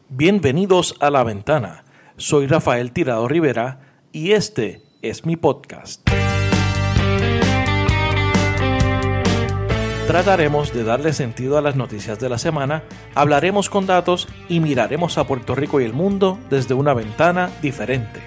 Bienvenidos a La Ventana. Soy Rafael Tirado Rivera y este es mi podcast. Trataremos de darle sentido a las noticias de la semana, hablaremos con datos y miraremos a Puerto Rico y el mundo desde una ventana diferente.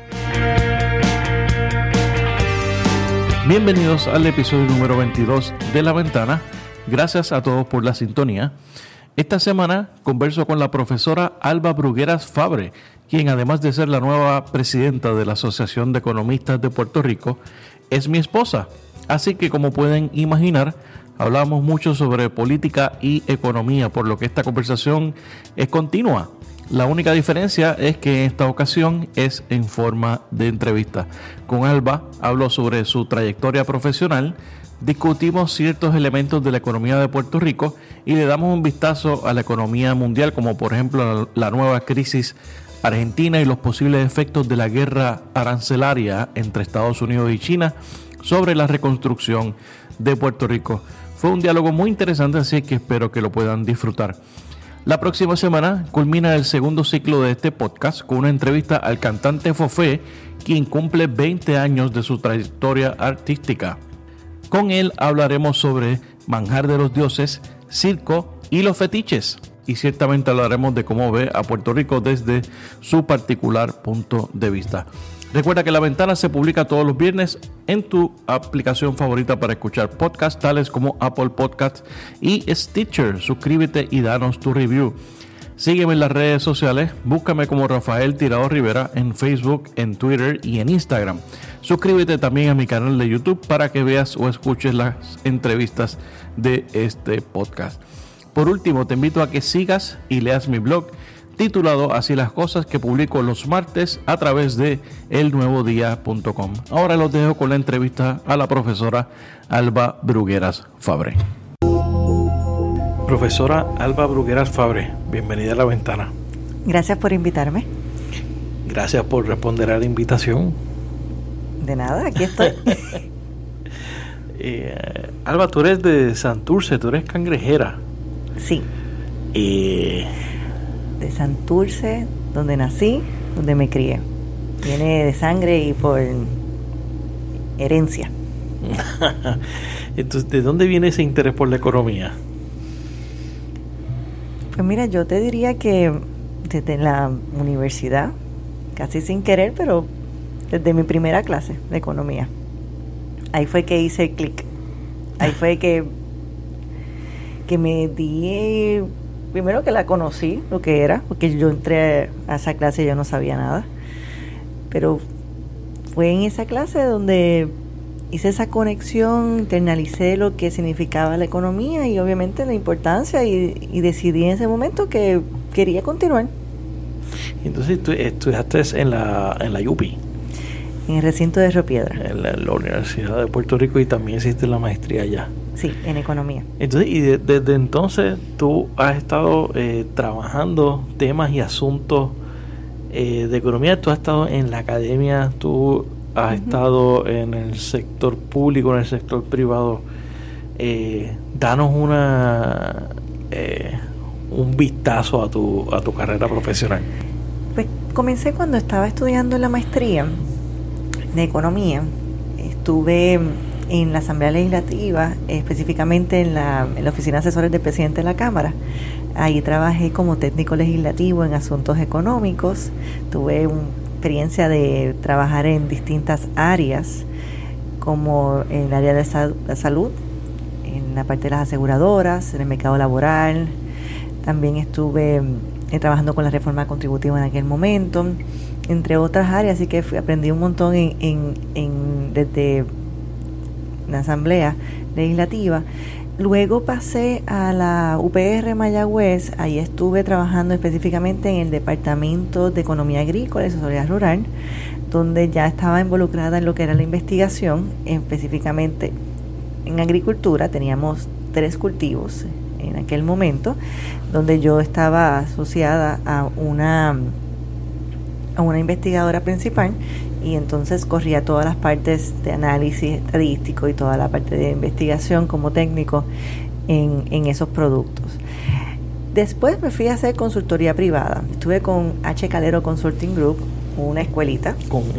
Bienvenidos al episodio número 22 de La Ventana. Gracias a todos por la sintonía. Esta semana converso con la profesora Alba Brugueras Fabre, quien además de ser la nueva presidenta de la Asociación de Economistas de Puerto Rico, es mi esposa. Así que, como pueden imaginar, hablamos mucho sobre política y economía, por lo que esta conversación es continua. La única diferencia es que en esta ocasión es en forma de entrevista. Con Alba hablo sobre su trayectoria profesional, discutimos ciertos elementos de la economía de Puerto Rico y le damos un vistazo a la economía mundial, como por ejemplo la nueva crisis argentina y los posibles efectos de la guerra arancelaria entre Estados Unidos y China sobre la reconstrucción de Puerto Rico. Fue un diálogo muy interesante, así que espero que lo puedan disfrutar. La próxima semana culmina el segundo ciclo de este podcast con una entrevista al cantante Fofé, quien cumple 20 años de su trayectoria artística. Con él hablaremos sobre manjar de los dioses, circo y los fetiches. Y ciertamente hablaremos de cómo ve a Puerto Rico desde su particular punto de vista. Recuerda que La Ventana se publica todos los viernes en tu aplicación favorita para escuchar podcasts tales como Apple Podcasts y Stitcher. Suscríbete y danos tu review. Sígueme en las redes sociales, búscame como Rafael Tirado Rivera en Facebook, en Twitter y en Instagram. Suscríbete también a mi canal de YouTube para que veas o escuches las entrevistas de este podcast. Por último, te invito a que sigas y leas mi blog titulado Así las cosas, que publico los martes a través de elnuevodía.com. Ahora los dejo con la entrevista a la profesora Alba Brugueras Fabre. Profesora Alba Brugueras Fabre, bienvenida a La Ventana. Gracias por invitarme. Gracias por responder a la invitación. De nada, aquí estoy. Alba, tú eres de Santurce, tú eres cangrejera. Sí. De Santurce, donde nací, donde me crié. Viene de sangre y por herencia. Entonces, ¿de dónde viene ese interés por la economía? Pues mira, yo te diría que desde la universidad, casi sin querer, pero desde mi primera clase de economía. Ahí fue que hice el clic. Ahí fue que me di, primero que la conocí, lo que era, porque yo entré a esa clase y yo no sabía nada. Pero fue en esa clase donde hice esa conexión, internalicé lo que significaba la economía y obviamente la importancia y decidí en ese momento que quería continuar. Entonces tú estudiaste en la UPI. En el recinto de Río Piedra. En la Universidad de Puerto Rico, y también hiciste la maestría allá. Sí, en economía. Entonces, y desde entonces tú has estado trabajando temas y asuntos de economía. Tú has estado en la academia, tú has estado en el sector público, en el sector privado. Danos un vistazo a tu carrera profesional. Pues comencé cuando estaba estudiando la maestría de economía. Estuve en la Asamblea Legislativa, específicamente en la Oficina de Asesores del Presidente de la Cámara. Ahí trabajé como técnico legislativo en asuntos económicos. Tuve experiencia de trabajar en distintas áreas, como en el área de la salud, en la parte de las aseguradoras, en el mercado laboral. También estuve trabajando con la reforma contributiva en aquel momento, entre otras áreas, así que aprendí un montón desde la Asamblea Legislativa. Luego pasé a la UPR Mayagüez. Ahí estuve trabajando específicamente en el Departamento de Economía Agrícola y Asesoría Rural, donde ya estaba involucrada en lo que era la investigación, específicamente en agricultura. Teníamos 3 cultivos en aquel momento, donde yo estaba asociada a una investigadora principal, y entonces corría todas las partes de análisis estadístico y toda la parte de investigación como técnico en esos productos. Después me fui a hacer consultoría privada. Estuve con H. Calero Consulting Group, una escuelita.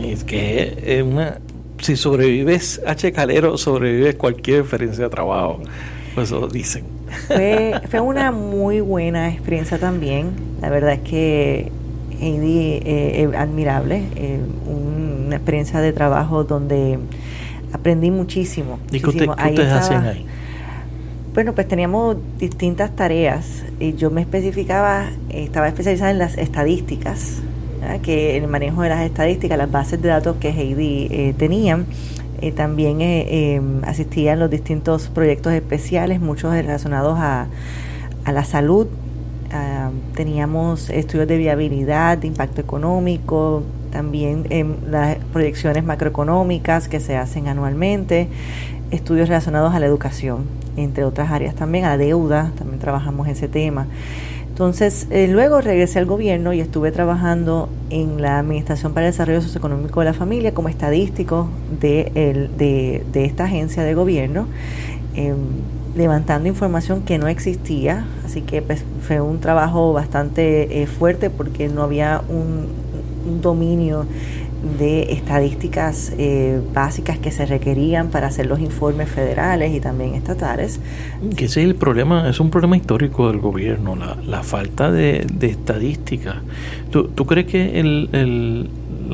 Si sobrevives H. Calero, sobrevives cualquier experiencia de trabajo. Pues eso dicen. Fue una muy buena experiencia también. La verdad es que Heidi, admirable. Una experiencia de trabajo donde aprendí muchísimo. ¿Y qué ustedes hacían ahí? Bueno, pues teníamos distintas tareas y yo estaba especializada en las estadísticas, ¿verdad? Que el manejo de las estadísticas, las bases de datos que Heidi tenían. También asistía en los distintos proyectos especiales, muchos relacionados a la salud. Teníamos estudios de viabilidad, de impacto económico, también las proyecciones macroeconómicas que se hacen anualmente, estudios relacionados a la educación, entre otras áreas también, a la deuda, también trabajamos ese tema. Entonces, luego regresé al gobierno y estuve trabajando en la Administración para el Desarrollo Socioeconómico de la Familia como estadístico de esta agencia de gobierno, levantando información que no existía, así que pues, fue un trabajo bastante fuerte porque no había un dominio de estadísticas básicas que se requerían para hacer los informes federales y también estatales. Que ese es el problema, es un problema histórico del gobierno, la falta de estadísticas. ¿Tú crees que el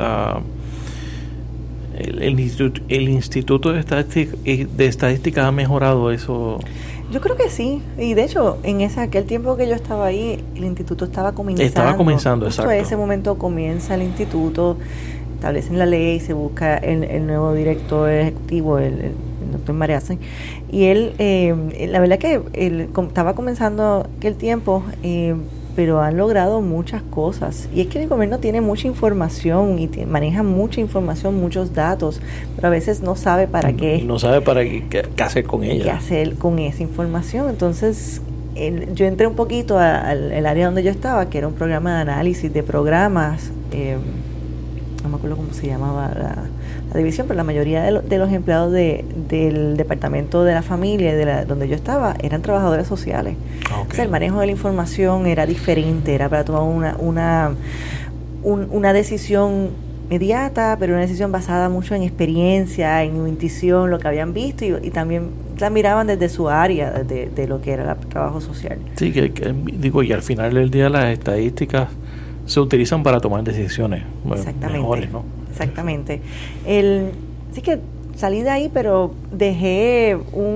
Instituto de Estadística ha mejorado eso? Yo creo que sí, y de hecho en aquel tiempo que yo estaba ahí, el instituto estaba comenzando. Exacto. En ese momento comienza el instituto, establecen la ley, se busca el nuevo director ejecutivo, el doctor Mariasen, y él, la verdad que él estaba comenzando aquel tiempo, pero han logrado muchas cosas. Y es que el gobierno tiene mucha información y maneja mucha información, muchos datos, pero a veces no sabe para qué. No sabe para qué hacer con ella. ¿Qué hacer con esa información? Entonces, yo entré un poquito al área donde yo estaba, que era un programa de análisis de programas, no me acuerdo cómo se llamaba la división, pero la mayoría de los empleados del departamento de la familia donde yo estaba eran trabajadores sociales. Okay. O sea, el manejo de la información era diferente, era para tomar una decisión inmediata, pero una decisión basada mucho en experiencia, en intuición, lo que habían visto y también la miraban desde su área, de lo que era el trabajo social. Sí, y al final del día las estadísticas se utilizan para tomar decisiones mejores, ¿no? Exactamente. Sí que salí de ahí, pero dejé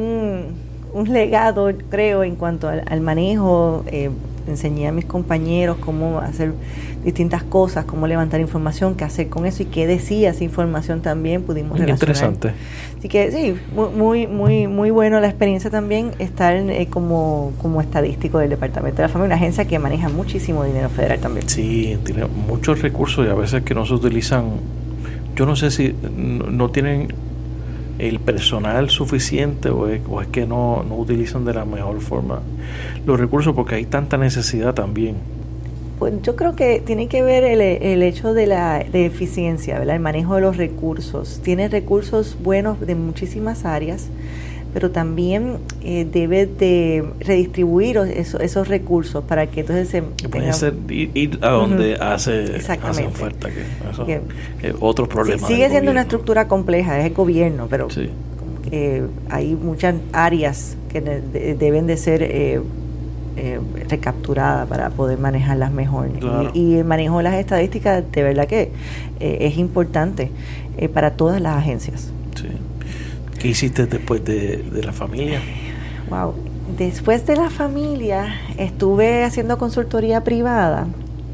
un legado, creo, en cuanto al manejo. Enseñé a mis compañeros cómo hacer distintas cosas, cómo levantar información, qué hacer con eso y qué decía esa información también, pudimos relacionar. Interesante. Así que sí, muy bueno la experiencia también estar como estadístico del Departamento de la Familia, una agencia que maneja muchísimo dinero federal también. Sí, tiene muchos recursos y a veces que no se utilizan, yo no sé si no tienen el personal suficiente o es que no utilizan de la mejor forma los recursos porque hay tanta necesidad también. Pues yo creo que tiene que ver el hecho de eficiencia, ¿verdad? El manejo de los recursos. Tiene recursos buenos de muchísimas áreas, pero también debe de redistribuir esos recursos para que entonces se puede ser ir a donde hace falta, que otro problema. Sigue siendo una estructura compleja, es el gobierno, pero sí. Hay muchas áreas que deben de ser recapturadas para poder manejarlas mejor. Claro. Y el manejo de las estadísticas de verdad que es importante para todas las agencias. Sí. ¿Qué hiciste después de la familia? Wow. Después de la familia estuve haciendo consultoría privada.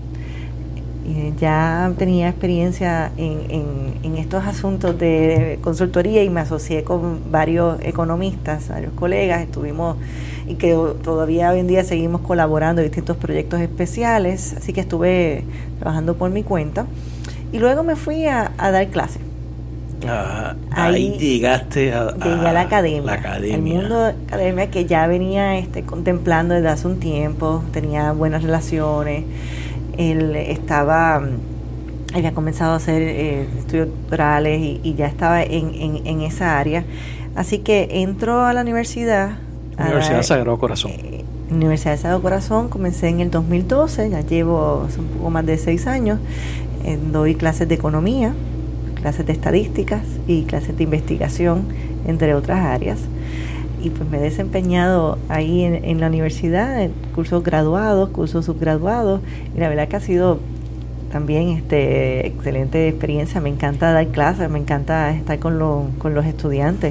Ya tenía experiencia en estos asuntos de consultoría y me asocié con varios economistas, varios colegas, estuvimos y que todavía hoy en día seguimos colaborando en distintos proyectos especiales, así que estuve trabajando por mi cuenta y luego me fui a dar clases. Ahí llegaste a la academia. El mundo de la academia que ya venía contemplando desde hace un tiempo, tenía buenas relaciones. Él había comenzado a hacer estudios doctorales y ya estaba en esa área. Así que entró a la Universidad Sagrado Corazón. En la Universidad de Sagrado Corazón comencé en el 2012, ya llevo un poco más de 6 años. Doy clases de economía, clases de estadísticas y clases de investigación, entre otras áreas. Y pues me he desempeñado ahí en la universidad, en cursos graduados, cursos subgraduados, y la verdad que ha sido también excelente experiencia. Me encanta dar clases, me encanta estar con los estudiantes.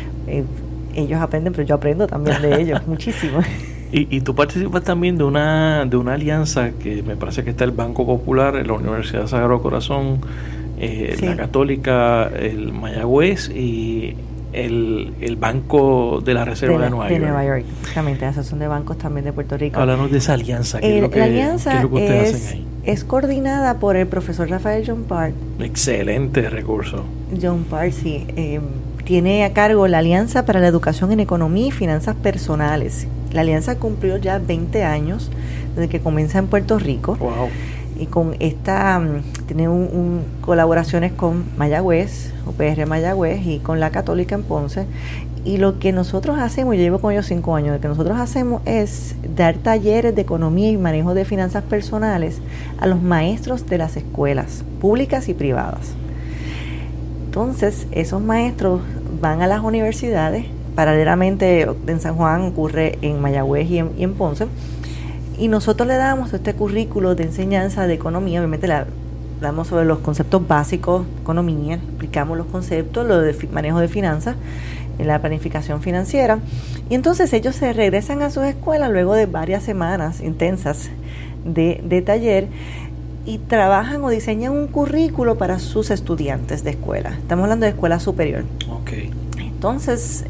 Ellos aprenden, pero yo aprendo también de ellos muchísimo. Y tú participas también de una alianza que me parece que está el Banco Popular, la Universidad de Sagrado Corazón, sí, la Católica, el Mayagüez y el Banco de la Reserva de Nueva York. Exactamente, la Asociación de Bancos también de Puerto Rico. Háblanos de esa alianza. ¿Qué es lo que ustedes hacen ahí? Es coordinada por el profesor Rafael John Park. Excelente recurso. John Park, sí. Tiene a cargo la Alianza para la Educación en Economía y Finanzas Personales. La alianza cumplió ya 20 años desde que comienza en Puerto Rico. Wow. Y con esta tiene colaboraciones con Mayagüez, UPR Mayagüez, y con la Católica en Ponce. Y lo que nosotros hacemos, yo llevo con ellos 5 años, lo que nosotros hacemos es dar talleres de economía y manejo de finanzas personales a los maestros de las escuelas públicas y privadas. Entonces, esos maestros van a las universidades. Paralelamente en San Juan ocurre en Mayagüez y en Ponce, y nosotros le damos este currículo de enseñanza de economía. Obviamente damos sobre los conceptos básicos de economía, explicamos los conceptos, lo de manejo de finanzas, la planificación financiera, y entonces ellos se regresan a sus escuelas luego de varias semanas intensas de taller, y trabajan o diseñan un currículo para sus estudiantes de escuela. Estamos hablando de escuela superior. Okay. Entonces,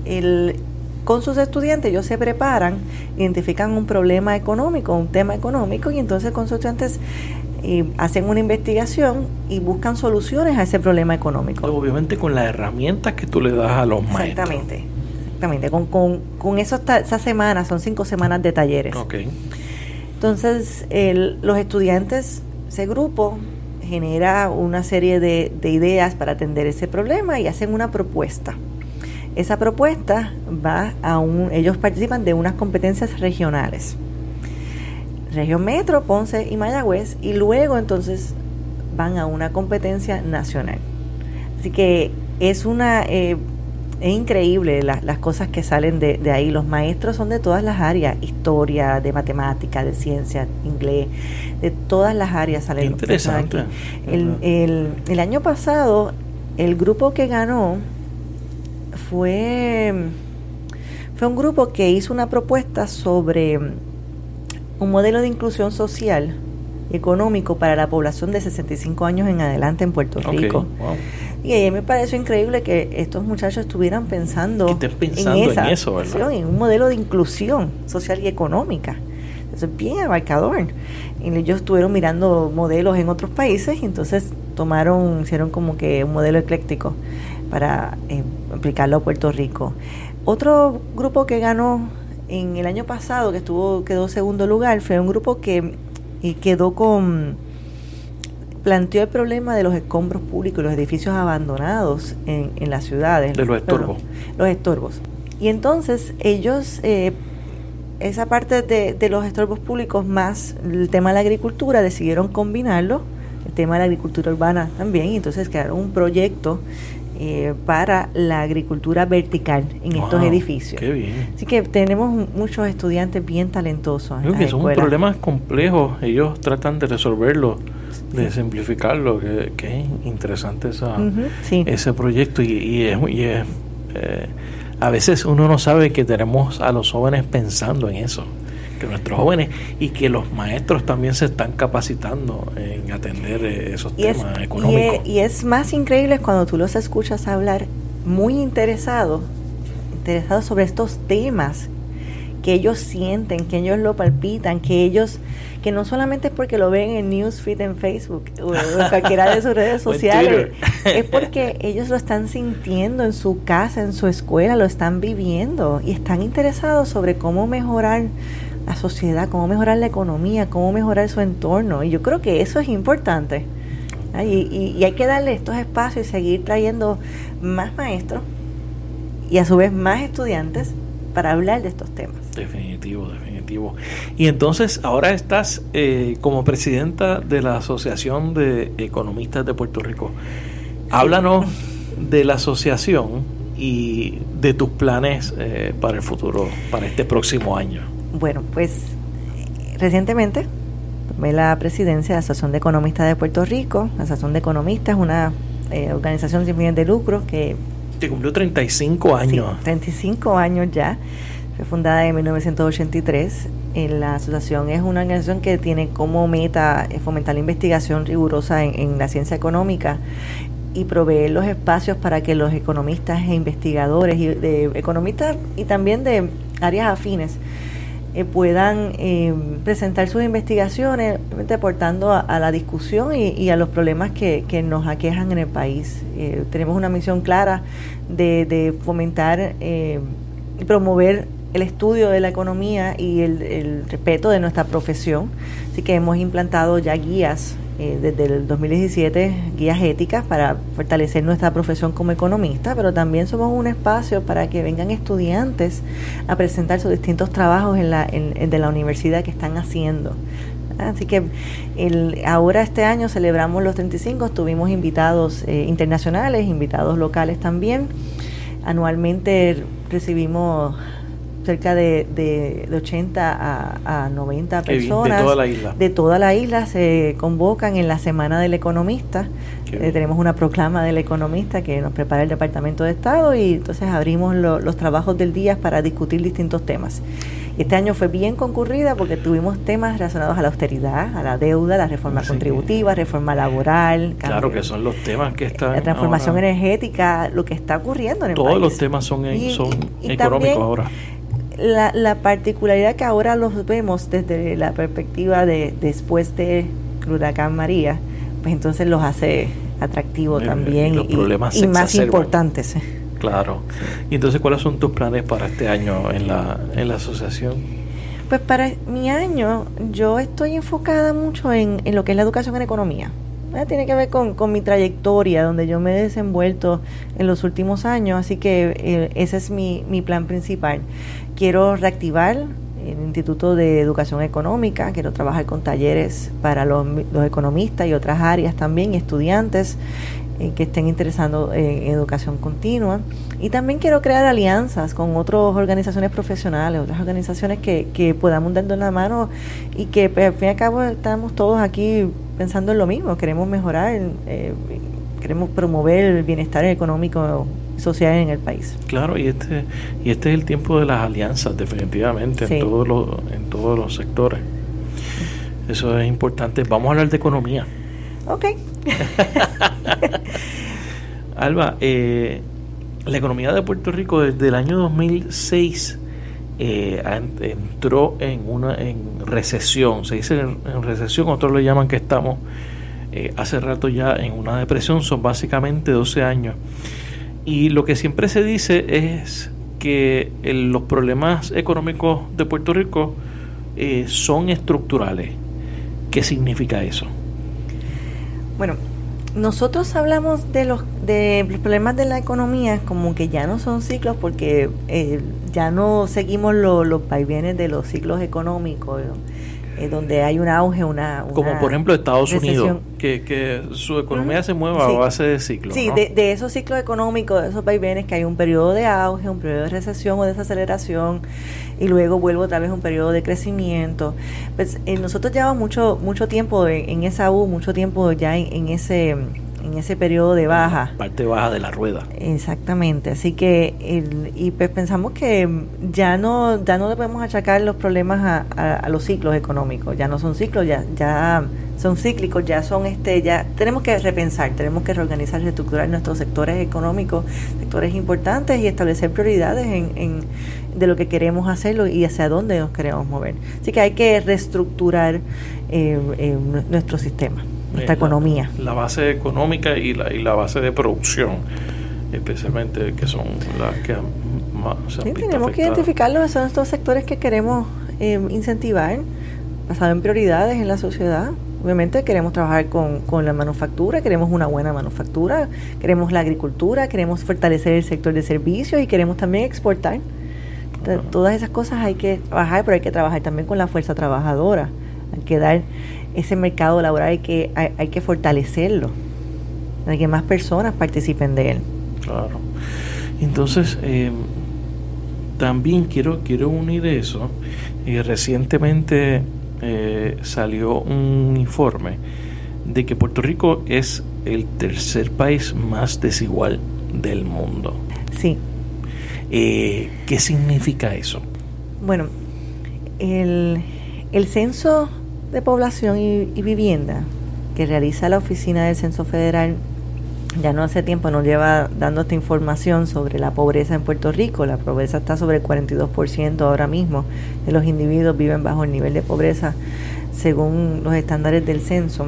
con sus estudiantes ellos se preparan, identifican un problema económico, un tema económico, y entonces con sus estudiantes hacen una investigación y buscan soluciones a ese problema económico. Obviamente con las herramientas que tú le das a los maestros. Exactamente. Con esas semanas, son 5 semanas de talleres. Okay. Entonces, los estudiantes, ese grupo genera una serie de ideas para atender ese problema y hacen una propuesta. Esa propuesta va ellos participan de unas competencias regionales, Región Metro, Ponce y Mayagüez, y luego entonces van a una competencia nacional. Así que es increíble las cosas que salen de ahí. Los maestros son de todas las áreas, historia, de matemática, de ciencia, inglés, de todas las áreas salen. Interesante. Aquí. El año pasado, el grupo que ganó fue un grupo que hizo una propuesta sobre un modelo de inclusión social y económico para la población de 65 años en adelante en Puerto Rico. Wow. Y a mí me pareció increíble que estos muchachos estuvieran pensando, en eso, ¿verdad? En un modelo de inclusión social y económica. Eso es bien abarcador. Y ellos estuvieron mirando modelos en otros países y entonces hicieron como que un modelo ecléctico para aplicarlo a Puerto Rico. Otro grupo que ganó en el año pasado, quedó segundo lugar, fue un grupo que planteó el problema de los escombros públicos y los edificios abandonados en las ciudades. De los estorbos. Los estorbos. Y entonces ellos, esa parte de los estorbos públicos más el tema de la agricultura, decidieron combinarlo, el tema de la agricultura urbana también, y entonces crearon un proyecto para la agricultura vertical en estos edificios. Qué bien. Así que tenemos muchos estudiantes bien talentosos. Creo que son problemas complejos, ellos tratan de resolverlo, de simplificarlo, que es interesante ese proyecto y es a veces uno no sabe que tenemos a los jóvenes pensando en eso, que nuestros jóvenes y que los maestros también se están capacitando en atender esos temas económicos. Y es más increíble cuando tú los escuchas hablar muy interesados sobre estos temas que ellos sienten, que ellos lo palpitan, que no solamente es porque lo ven en Newsfeed en Facebook o en cualquiera de sus redes sociales, es porque ellos lo están sintiendo en su casa, en su escuela, lo están viviendo y están interesados sobre cómo mejorar la sociedad, cómo mejorar la economía, cómo mejorar su entorno. Y yo creo que eso es importante. Y hay que darle estos espacios y seguir trayendo más maestros y a su vez más estudiantes para hablar de estos temas. Definitivo. Y entonces ahora estás como presidenta de la Asociación de Economistas de Puerto Rico. Sí. Háblanos de la asociación y de tus planes para el futuro, para este próximo año. Bueno, pues recientemente tomé la presidencia de la Asociación de Economistas de Puerto Rico. La Asociación de Economistas es una organización sin fines de lucro que cumplió 35 años. Sí, 35 años ya. Fue fundada en 1983. La asociación es una organización que tiene como meta fomentar la investigación rigurosa en la ciencia económica y proveer los espacios para que los economistas e investigadores, economistas y también de áreas afines, puedan presentar sus investigaciones, aportando a la discusión y a los problemas que nos aquejan en el país. Tenemos una misión clara de fomentar y promover el estudio de la economía y el respeto de nuestra profesión. Así que hemos implantado ya guías desde el 2017, guías éticas para fortalecer nuestra profesión como economista, pero también somos un espacio para que vengan estudiantes a presentar sus distintos trabajos de la universidad que están haciendo. Así que ahora este año celebramos los 35, tuvimos invitados internacionales, invitados locales también. Anualmente recibimos cerca de 80 a 90 personas de toda la isla. De toda la isla se convocan en la Semana del Economista. Tenemos una proclama del economista que nos prepara el Departamento de Estado y entonces abrimos los trabajos del día para discutir distintos temas. Este año fue bien concurrida porque tuvimos temas relacionados a la austeridad, a la deuda, la reforma contributiva, reforma laboral. Claro que son los temas que están. La transformación energética, lo que está ocurriendo en el país. Todos los temas son económicos ahora. La particularidad que ahora los vemos desde la perspectiva de después del huracán María, pues entonces los hace atractivos también y más importantes. Claro. Y entonces, ¿cuáles son tus planes para este año en la asociación? Pues para mi año yo estoy enfocada mucho en lo que es la educación en economía. Tiene que ver con mi trayectoria, donde yo me he desenvuelto en los últimos años, así que ese es mi plan principal. Quiero reactivar el Instituto de Educación Económica, quiero trabajar con talleres para los economistas y otras áreas también, estudiantes que estén interesados en educación continua. Y también quiero crear alianzas con otras organizaciones profesionales, otras organizaciones que podamos darnos la mano y que pues, al fin y al cabo estamos todos aquí pensando en lo mismo. Queremos mejorar, queremos promover el bienestar económico y social en el país. Claro, y este es el tiempo de las alianzas, definitivamente, sí. en todos los sectores. Eso es importante. Vamos a hablar de economía. Ok. Alba, la economía de Puerto Rico desde el año 2006 entró en recesión. Se dice en recesión, otros le llaman que estamos hace rato ya en una depresión. Son básicamente 12 años. Y lo que siempre se dice es que los problemas económicos de Puerto Rico son estructurales. ¿Qué significa eso? Bueno, nosotros hablamos de los problemas de la economía como que ya no son ciclos porque ya no seguimos los vaivenes de los ciclos económicos, donde hay un auge, una como por ejemplo Estados recesión. Unidos, que su economía se mueva sí. a base de ciclos. Sí, ¿no? de esos ciclos económicos, de esos vaivenes, que hay un periodo de auge, un periodo de recesión o desaceleración, y luego vuelve otra vez un periodo de crecimiento. Pues nosotros llevamos mucho tiempo en esa mucho tiempo ya en ese periodo de baja. Parte baja de la rueda. Exactamente, así que pues pensamos que ya no le podemos achacar los problemas a los ciclos económicos. Ya no son ciclos, ya son cíclicos, ya tenemos que repensar, tenemos que reorganizar, reestructurar nuestros sectores económicos, sectores importantes, y establecer prioridades de lo que queremos hacerlo y hacia dónde nos queremos mover. Así que hay que reestructurar nuestro sistema, nuestra economía. La base económica y la base de producción, especialmente, que son las que más se han visto tenemos afectadas. que identificarlos, son estos sectores que queremos incentivar, basado en prioridades en la sociedad. Obviamente queremos trabajar con la manufactura, queremos una buena manufactura, queremos la agricultura, queremos fortalecer el sector de servicios y queremos también exportar. Todas esas cosas hay que trabajar, pero hay que trabajar también con la fuerza trabajadora. Hay que dar ese mercado laboral, hay que fortalecerlo, para que más personas participen de él. Claro. Entonces, también quiero unir eso. Recientemente salió un informe de que Puerto Rico es el tercer país más desigual del mundo. Sí. ¿Qué significa eso? Bueno, el censo de población y vivienda que realiza la Oficina del Censo Federal ya no hace tiempo nos lleva dando esta información sobre la pobreza en Puerto Rico. La pobreza está sobre el 42% ahora mismo de los individuos viven bajo el nivel de pobreza según los estándares del censo.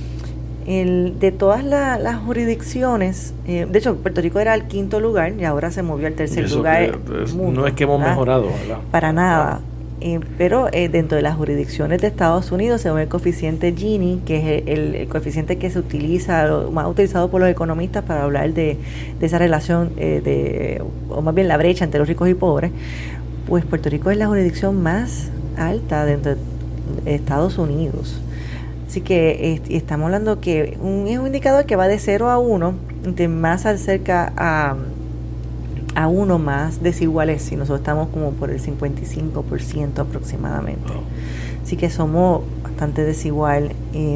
De todas las jurisdicciones, de hecho Puerto Rico era el quinto lugar y ahora se movió al tercer lugar. No es que hemos mejorado, ¿verdad? Para nada. Pero dentro de las jurisdicciones de Estados Unidos se ve el coeficiente Gini, que es el coeficiente que se utiliza, más utilizado por los economistas para hablar de esa relación, o más bien la brecha entre los ricos y pobres. Pues Puerto Rico es la jurisdicción más alta dentro de Estados Unidos. Así que estamos hablando que es un indicador que va de 0 a 1, entre más cerca a 1 más desiguales, si nosotros estamos como por el 55% aproximadamente. Wow. Así que somos bastante desigual.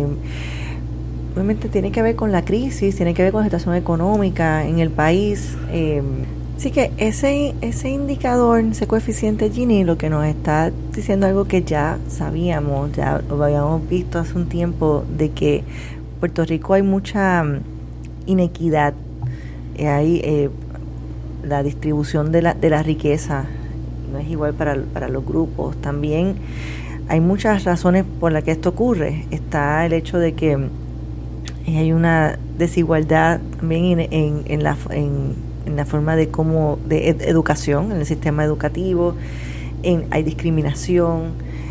Obviamente tiene que ver con la crisis, tiene que ver con la situación económica en el país. Así que ese indicador, ese coeficiente Gini, lo que nos está diciendo algo que ya sabíamos, ya lo habíamos visto hace un tiempo, de que en Puerto Rico hay mucha inequidad. Hay la distribución de la riqueza no es igual para los grupos. También hay muchas razones por las que esto ocurre. Está el hecho de que hay una desigualdad también en la forma de educación, en el sistema educativo, hay discriminación,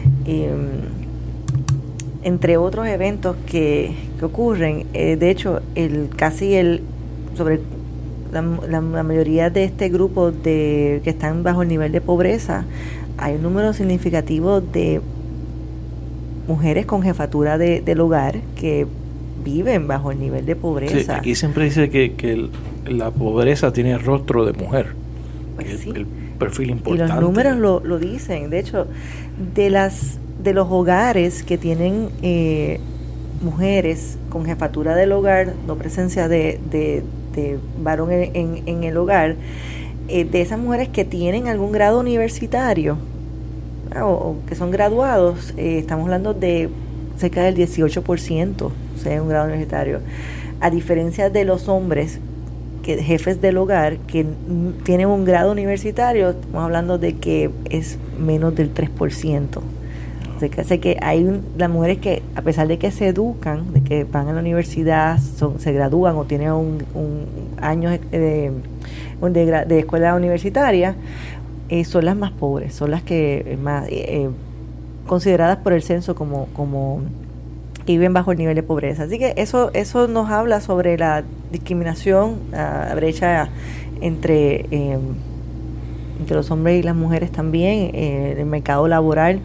entre otros eventos que ocurren. De hecho, sobre la mayoría de este grupo que están bajo el nivel de pobreza, hay un número significativo de mujeres con jefatura del hogar que viven bajo el nivel de pobreza. Sí, aquí siempre dice que la pobreza tiene rostro de mujer. Pues sí. El perfil importante. Y los números lo dicen. De hecho, de los hogares que tienen mujeres con jefatura del hogar, no presencia de varón en el hogar, de esas mujeres que tienen algún grado universitario o que son graduados, estamos hablando de cerca del 18%, o sea, un grado universitario, a diferencia de los hombres jefes del hogar que tienen un grado universitario, estamos hablando de que es menos del 3%. Sé que hay las mujeres que, a pesar de que se educan, de que van a la universidad, se gradúan o tienen un año de escuela universitaria, son las más pobres, son las que más consideradas por el censo como que viven bajo el nivel de pobreza. Así que eso nos habla sobre la discriminación, la brecha entre los hombres y las mujeres también, el mercado laboral,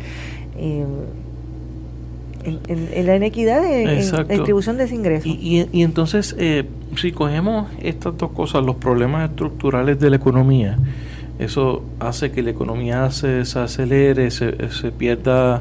en la inequidad en la distribución de ese ingreso. Y entonces, si cogemos estas dos cosas, los problemas estructurales de la economía, eso hace que la economía se acelere, se pierda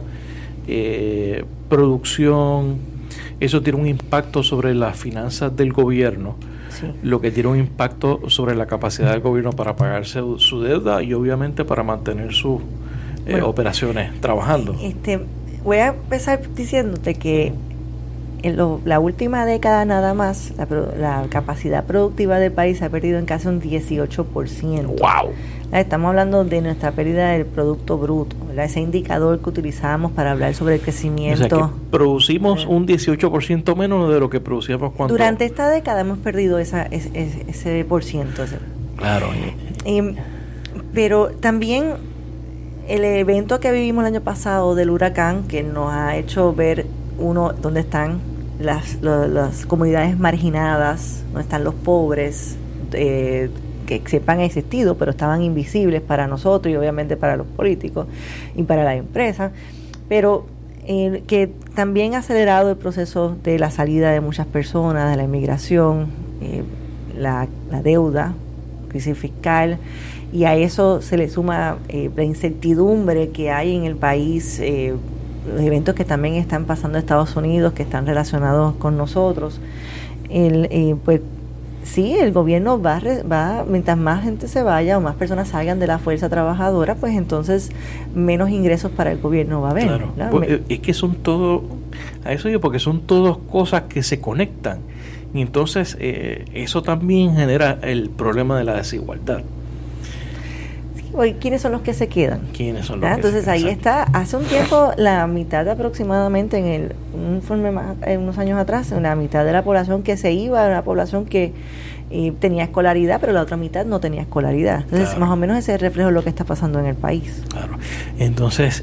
producción, eso tiene un impacto sobre las finanzas del gobierno, sí, lo que tiene un impacto sobre la capacidad del gobierno para pagarse su deuda y obviamente para mantener sus operaciones trabajando. Voy a empezar diciéndote que en la última década nada más la capacidad productiva del país se ha perdido en casi un 18%. ¡Wow! Estamos hablando de nuestra pérdida del Producto Bruto, ¿verdad? Ese indicador que utilizamos para hablar sobre el crecimiento. O sea, que producimos un 18% menos de lo que producíamos cuando... Durante esta década hemos perdido ese por ciento. Claro. Pero también el evento que vivimos el año pasado del huracán, que nos ha hecho ver dónde están las comunidades marginadas, dónde están los pobres, que sepan existido, pero estaban invisibles para nosotros y obviamente para los políticos y para las empresas, pero que también ha acelerado el proceso de la salida de muchas personas, de la inmigración, la deuda, crisis fiscal, y a eso se le suma la incertidumbre que hay en el país, los eventos que también están pasando en Estados Unidos, que están relacionados con nosotros. Pues sí, el gobierno va, mientras más gente se vaya o más personas salgan de la fuerza trabajadora, pues entonces menos ingresos para el gobierno va a haber. Claro, pues, es que son todo, a eso digo, porque son todas cosas que se conectan, y entonces eso también genera el problema de la desigualdad. ¿Quiénes son los que se quedan? ¿Quiénes son los que Entonces se quedan? ahí está, hace un tiempo la mitad aproximadamente, un informe unos años atrás, la mitad de la población que se iba era una población que tenía escolaridad, pero la otra mitad no tenía escolaridad. Entonces, claro, más o menos ese es el reflejo de lo que está pasando en el país. Claro. Entonces,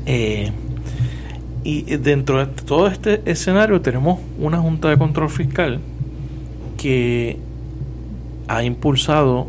y dentro de todo este escenario tenemos una Junta de Control Fiscal que ha impulsado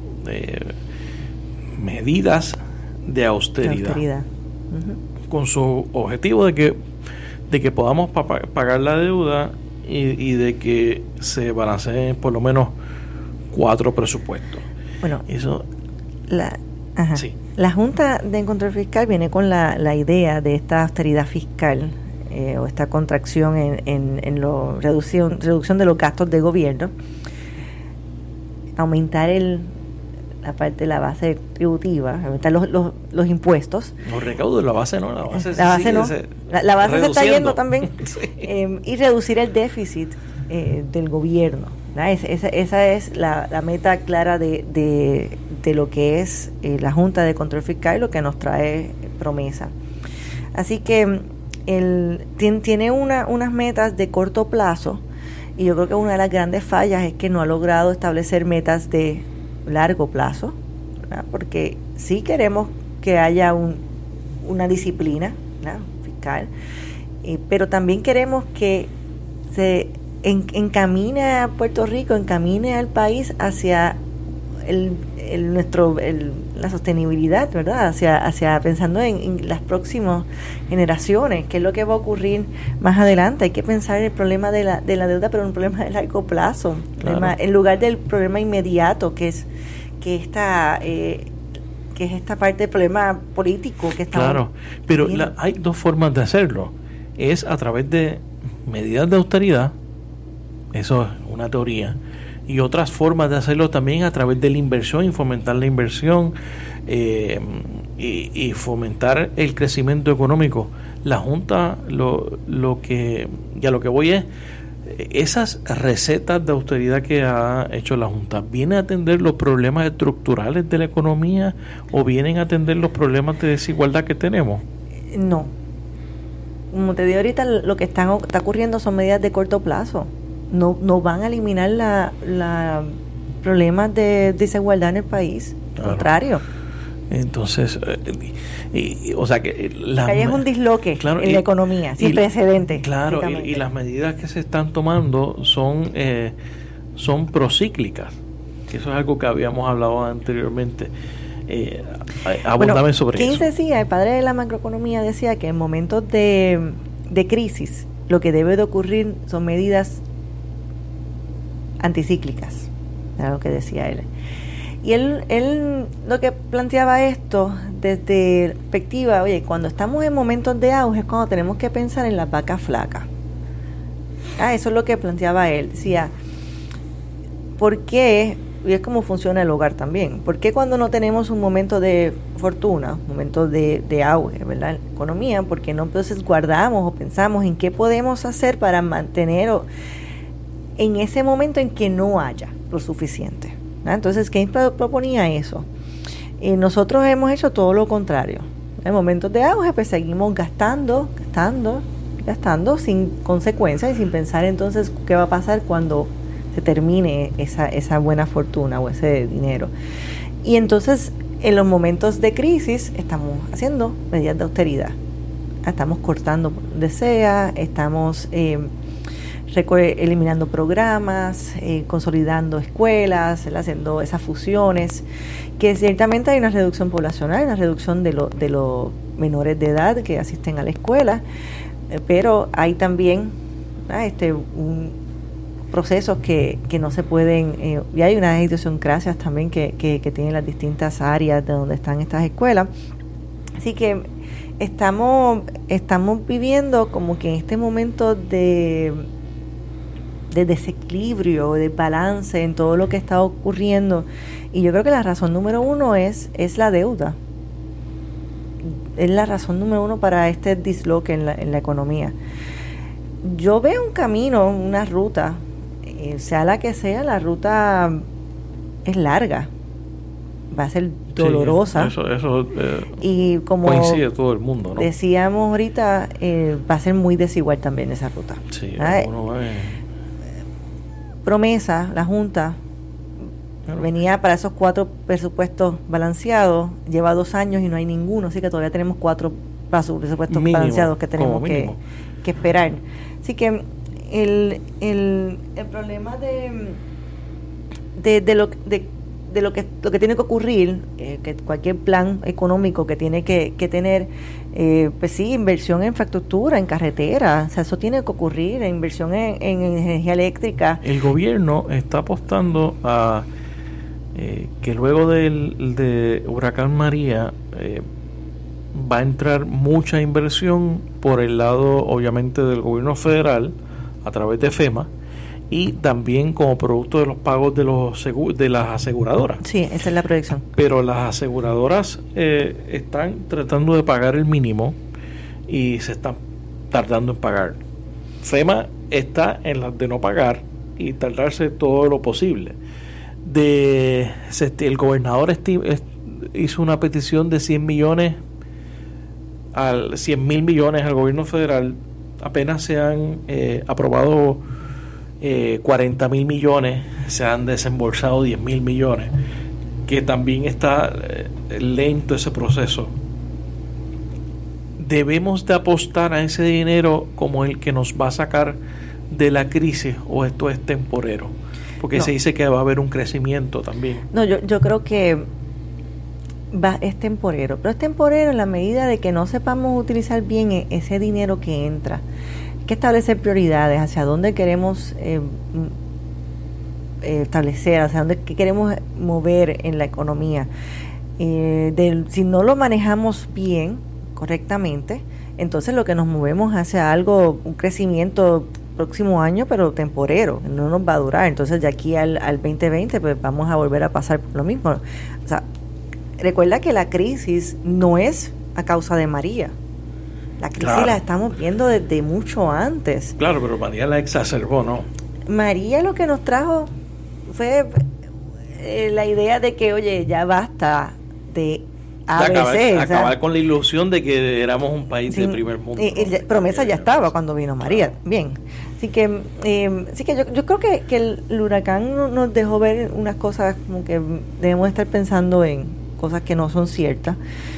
medidas de austeridad. Uh-huh. Con su objetivo de que podamos pagar la deuda y de que se balanceen por lo menos 4 presupuestos. Bueno, eso sí. La Junta de Control Fiscal viene con la idea de esta austeridad fiscal o esta contracción en la reducción de los gastos de gobierno, aumentar la parte de la base tributiva, aumentar los impuestos. Los recaudos, la base no, la base no. La base se está yendo también. Sí. Y reducir el déficit del gobierno. Esa es la meta clara de lo que es la Junta de Control Fiscal y lo que nos trae promesa. Así que tiene unas metas de corto plazo, y yo creo que una de las grandes fallas es que no ha logrado establecer metas de largo plazo, ¿verdad? Porque sí queremos que haya una disciplina, ¿verdad?, fiscal, pero también queremos que se encamine a Puerto Rico, encamine al país hacia la sostenibilidad, ¿verdad? Hacia pensando en las próximas generaciones, qué es lo que va a ocurrir más adelante. Hay que pensar en el problema de la deuda, pero un problema de largo plazo, claro, en lugar del problema inmediato, que es esta parte del problema político que estamos. Claro, pero hay dos formas de hacerlo. Es a través de medidas de austeridad, eso es una teoría, y otras formas de hacerlo también a través de la inversión y fomentar la inversión y fomentar el crecimiento económico. La Junta lo que voy es esas recetas de austeridad que ha hecho la Junta, ¿vienen a atender los problemas estructurales de la economía o vienen a atender los problemas de desigualdad que tenemos? No. Como te digo ahorita, lo que está ocurriendo son medidas de corto plazo. No van a eliminar la problemas de desigualdad en el país. Al contrario. Entonces, o sea que hay es un disloque, claro, en la economía, sin precedentes. Claro, y las medidas que se están tomando son procíclicas, que eso es algo que habíamos hablado anteriormente. Abundame sobre Keynes eso. decía, el padre de la macroeconomía decía que en momentos de crisis lo que debe de ocurrir son medidas anticíclicas, era lo que decía él. Y él lo que planteaba esto desde perspectiva, oye, cuando estamos en momentos de auge es cuando tenemos que pensar en las vacas flacas. Eso es lo que planteaba él. Decía, ¿por qué? Y es como funciona el hogar también. ¿Por qué cuando no tenemos un momento de fortuna, un momento de auge, ¿verdad?, en la economía, por qué no entonces guardamos o pensamos en qué podemos hacer para mantener en ese momento en que no haya lo suficiente? Entonces, Keynes proponía eso. Nosotros hemos hecho todo lo contrario. En momentos de auge, pues seguimos gastando sin consecuencias y sin pensar entonces qué va a pasar cuando se termine esa buena fortuna o ese dinero. Y entonces, en los momentos de crisis, estamos haciendo medidas de austeridad. Estamos cortando donde sea, estamos eliminando programas, consolidando escuelas, haciendo esas fusiones, que ciertamente hay una reducción poblacional, una reducción de los menores de edad que asisten a la escuela, pero hay también procesos que no se pueden, y hay unas idiosincrasias también que tienen las distintas áreas de donde están estas escuelas. Así que estamos viviendo como que en este momento de desequilibrio, de balance en todo lo que está ocurriendo, y yo creo que la razón número uno es la deuda. Es la razón número uno para este disloque en la economía. Yo veo un camino, una ruta, sea la que sea, la ruta es larga, va a ser dolorosa. Sí, eso y como coincide todo el mundo, ¿no? Decíamos ahorita, va a ser muy desigual también esa ruta. Sí, promesa, la Junta venía para esos 4 presupuestos balanceados, lleva 2 años y no hay ninguno, así que todavía tenemos 4 presupuestos mínimo, balanceados que tenemos que esperar. Así que el problema de lo que tiene que ocurrir, que cualquier plan económico que tiene que tener, pues sí, inversión en infraestructura, en carreteras, o sea, eso tiene que ocurrir, inversión en energía eléctrica. El gobierno está apostando a que luego de Huracán María va a entrar mucha inversión por el lado, obviamente, del gobierno federal a través de FEMA, y también como producto de los pagos de las aseguradoras. Sí, esa es la proyección. Pero las aseguradoras están tratando de pagar el mínimo y se están tardando en pagar. FEMA está en las de no pagar y tardarse todo lo posible. El gobernador hizo una petición de 100 millones al 100,000 millones al gobierno federal. Apenas se han aprobado 40,000 millones, se han desembolsado 10,000 millones, que también está lento ese proceso. Debemos de apostar a ese dinero como el que nos va a sacar de la crisis, o esto es temporero, porque se dice que va a haber un crecimiento también. No, yo creo que es temporero, pero es temporero en la medida de que no sepamos utilizar bien ese dinero que entra. Hay que establecer prioridades, hacia dónde queremos establecer, hacia dónde queremos mover en la economía. Si no lo manejamos bien, correctamente, entonces lo que nos movemos hacia algo, un crecimiento próximo año, pero temporero, no nos va a durar. Entonces de aquí al 2020 pues vamos a volver a pasar por lo mismo. O sea, recuerda que la crisis no es a causa de María. La crisis la estamos viendo desde mucho antes. Claro, pero María la exacerbó, ¿no? María lo que nos trajo fue la idea de que, oye, ya basta de ABC. Acabar con la ilusión de que éramos un país de primer mundo. Promesa ya estaba cuando vino María. Bien. Así que yo creo que el huracán nos dejó ver unas cosas como que debemos estar pensando en cosas que no son ciertas.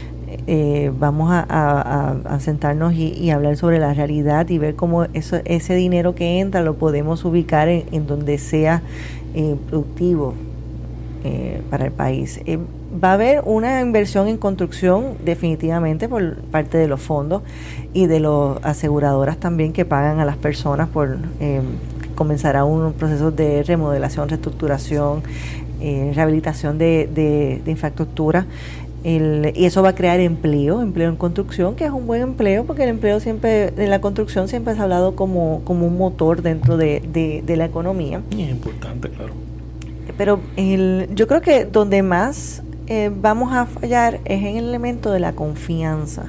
Vamos a sentarnos y hablar sobre la realidad y ver cómo ese dinero que entra lo podemos ubicar en donde sea productivo para el país. Va a haber una inversión en construcción definitivamente por parte de los fondos y de las aseguradoras también, que pagan a las personas por comenzará un proceso de remodelación, reestructuración, rehabilitación de infraestructura. Y eso va a crear empleo en construcción, que es un buen empleo, porque el empleo siempre, en la construcción siempre se ha hablado como un motor dentro de la economía. Es importante, claro. Pero yo creo que donde más vamos a fallar es en el elemento de la confianza,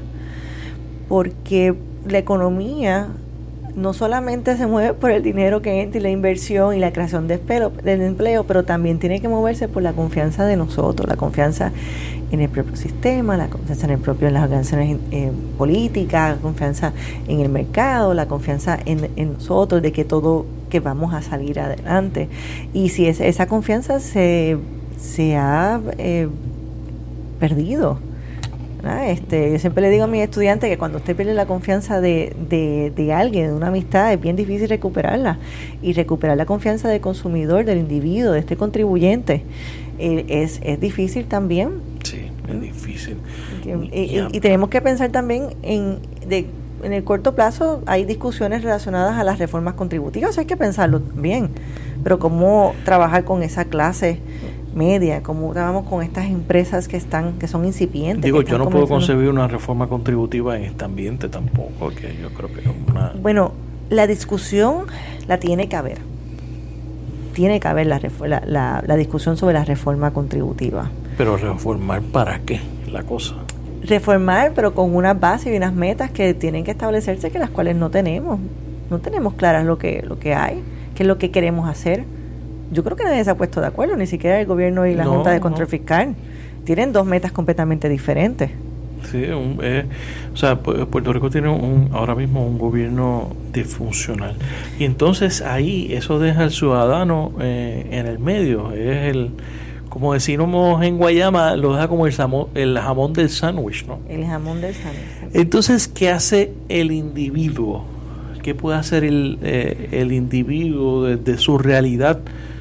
porque la economía no solamente se mueve por el dinero que entra y la inversión y la creación de empleo, pero también tiene que moverse por la confianza de nosotros, la confianza en el propio sistema, la confianza en las organizaciones políticas, la confianza en el mercado, la confianza en nosotros, de que vamos a salir adelante. Y si esa confianza se ha perdido, Yo siempre le digo a mis estudiantes que cuando usted pierde la confianza de alguien, de una amistad, es bien difícil recuperarla. Y recuperar la confianza del consumidor, del individuo, de este contribuyente, es difícil también. Sí, es difícil. Y tenemos que pensar también en el corto plazo hay discusiones relacionadas a las reformas contributivas, hay que pensarlo bien, pero cómo trabajar con esa clase media, cómo trabajamos con estas empresas que son incipientes. Digo, yo no puedo concebir una reforma contributiva en este ambiente tampoco, que yo creo que es una... Bueno, la discusión la tiene que haber. Tiene que haber la discusión sobre la reforma contributiva. Pero reformar ¿para qué? La cosa. Reformar, pero con unas bases y unas metas que tienen que establecerse, que las cuales no tenemos. No tenemos claras lo que hay, qué es lo que queremos hacer. Yo creo que nadie se ha puesto de acuerdo, ni siquiera el gobierno y la Junta de Control Fiscal. Tienen dos metas completamente diferentes. Sí, Puerto Rico tiene ahora mismo un gobierno disfuncional. Y entonces ahí eso deja al ciudadano en el medio. Es como decimos en Guayama, lo deja como el jamón del sándwich, ¿no? El jamón del sándwich. Entonces, ¿qué hace el individuo? ¿Qué puede hacer el individuo de su realidad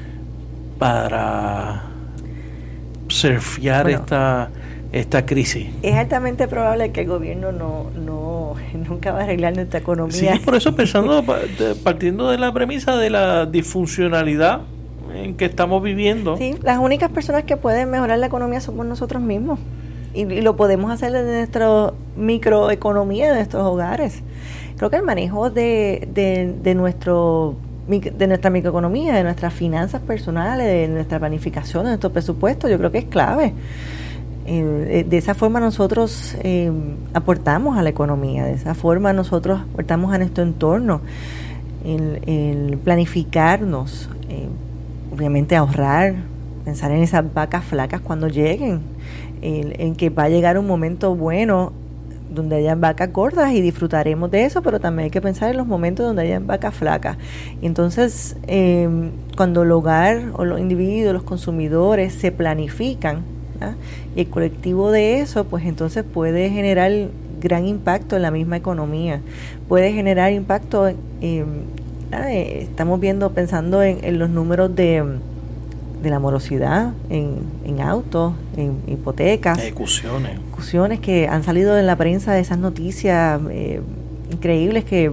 para surfear esta crisis? Es altamente probable que el gobierno nunca va a arreglar nuestra economía. Sí, por eso partiendo de la premisa de la disfuncionalidad en que estamos viviendo. Sí, las únicas personas que pueden mejorar la economía somos nosotros mismos. Y lo podemos hacer desde nuestra microeconomía, de nuestros hogares. Creo que el manejo de nuestra microeconomía, de nuestras finanzas personales, de nuestra planificación, de nuestro presupuesto, yo creo que es clave. De esa forma nosotros aportamos a la economía, de esa forma nosotros aportamos a nuestro entorno, el planificarnos, obviamente ahorrar, pensar en esas vacas flacas cuando lleguen, en que va a llegar un momento bueno donde hayan vacas gordas y disfrutaremos de eso, pero también hay que pensar en los momentos donde hayan vacas flacas. Y entonces, cuando el hogar o los individuos, los consumidores se planifican, y el colectivo de eso, pues entonces puede generar gran impacto en la misma economía, puede generar impacto, estamos pensando en los números de la morosidad en autos, en hipotecas, ejecuciones que han salido en la prensa, de esas noticias increíbles que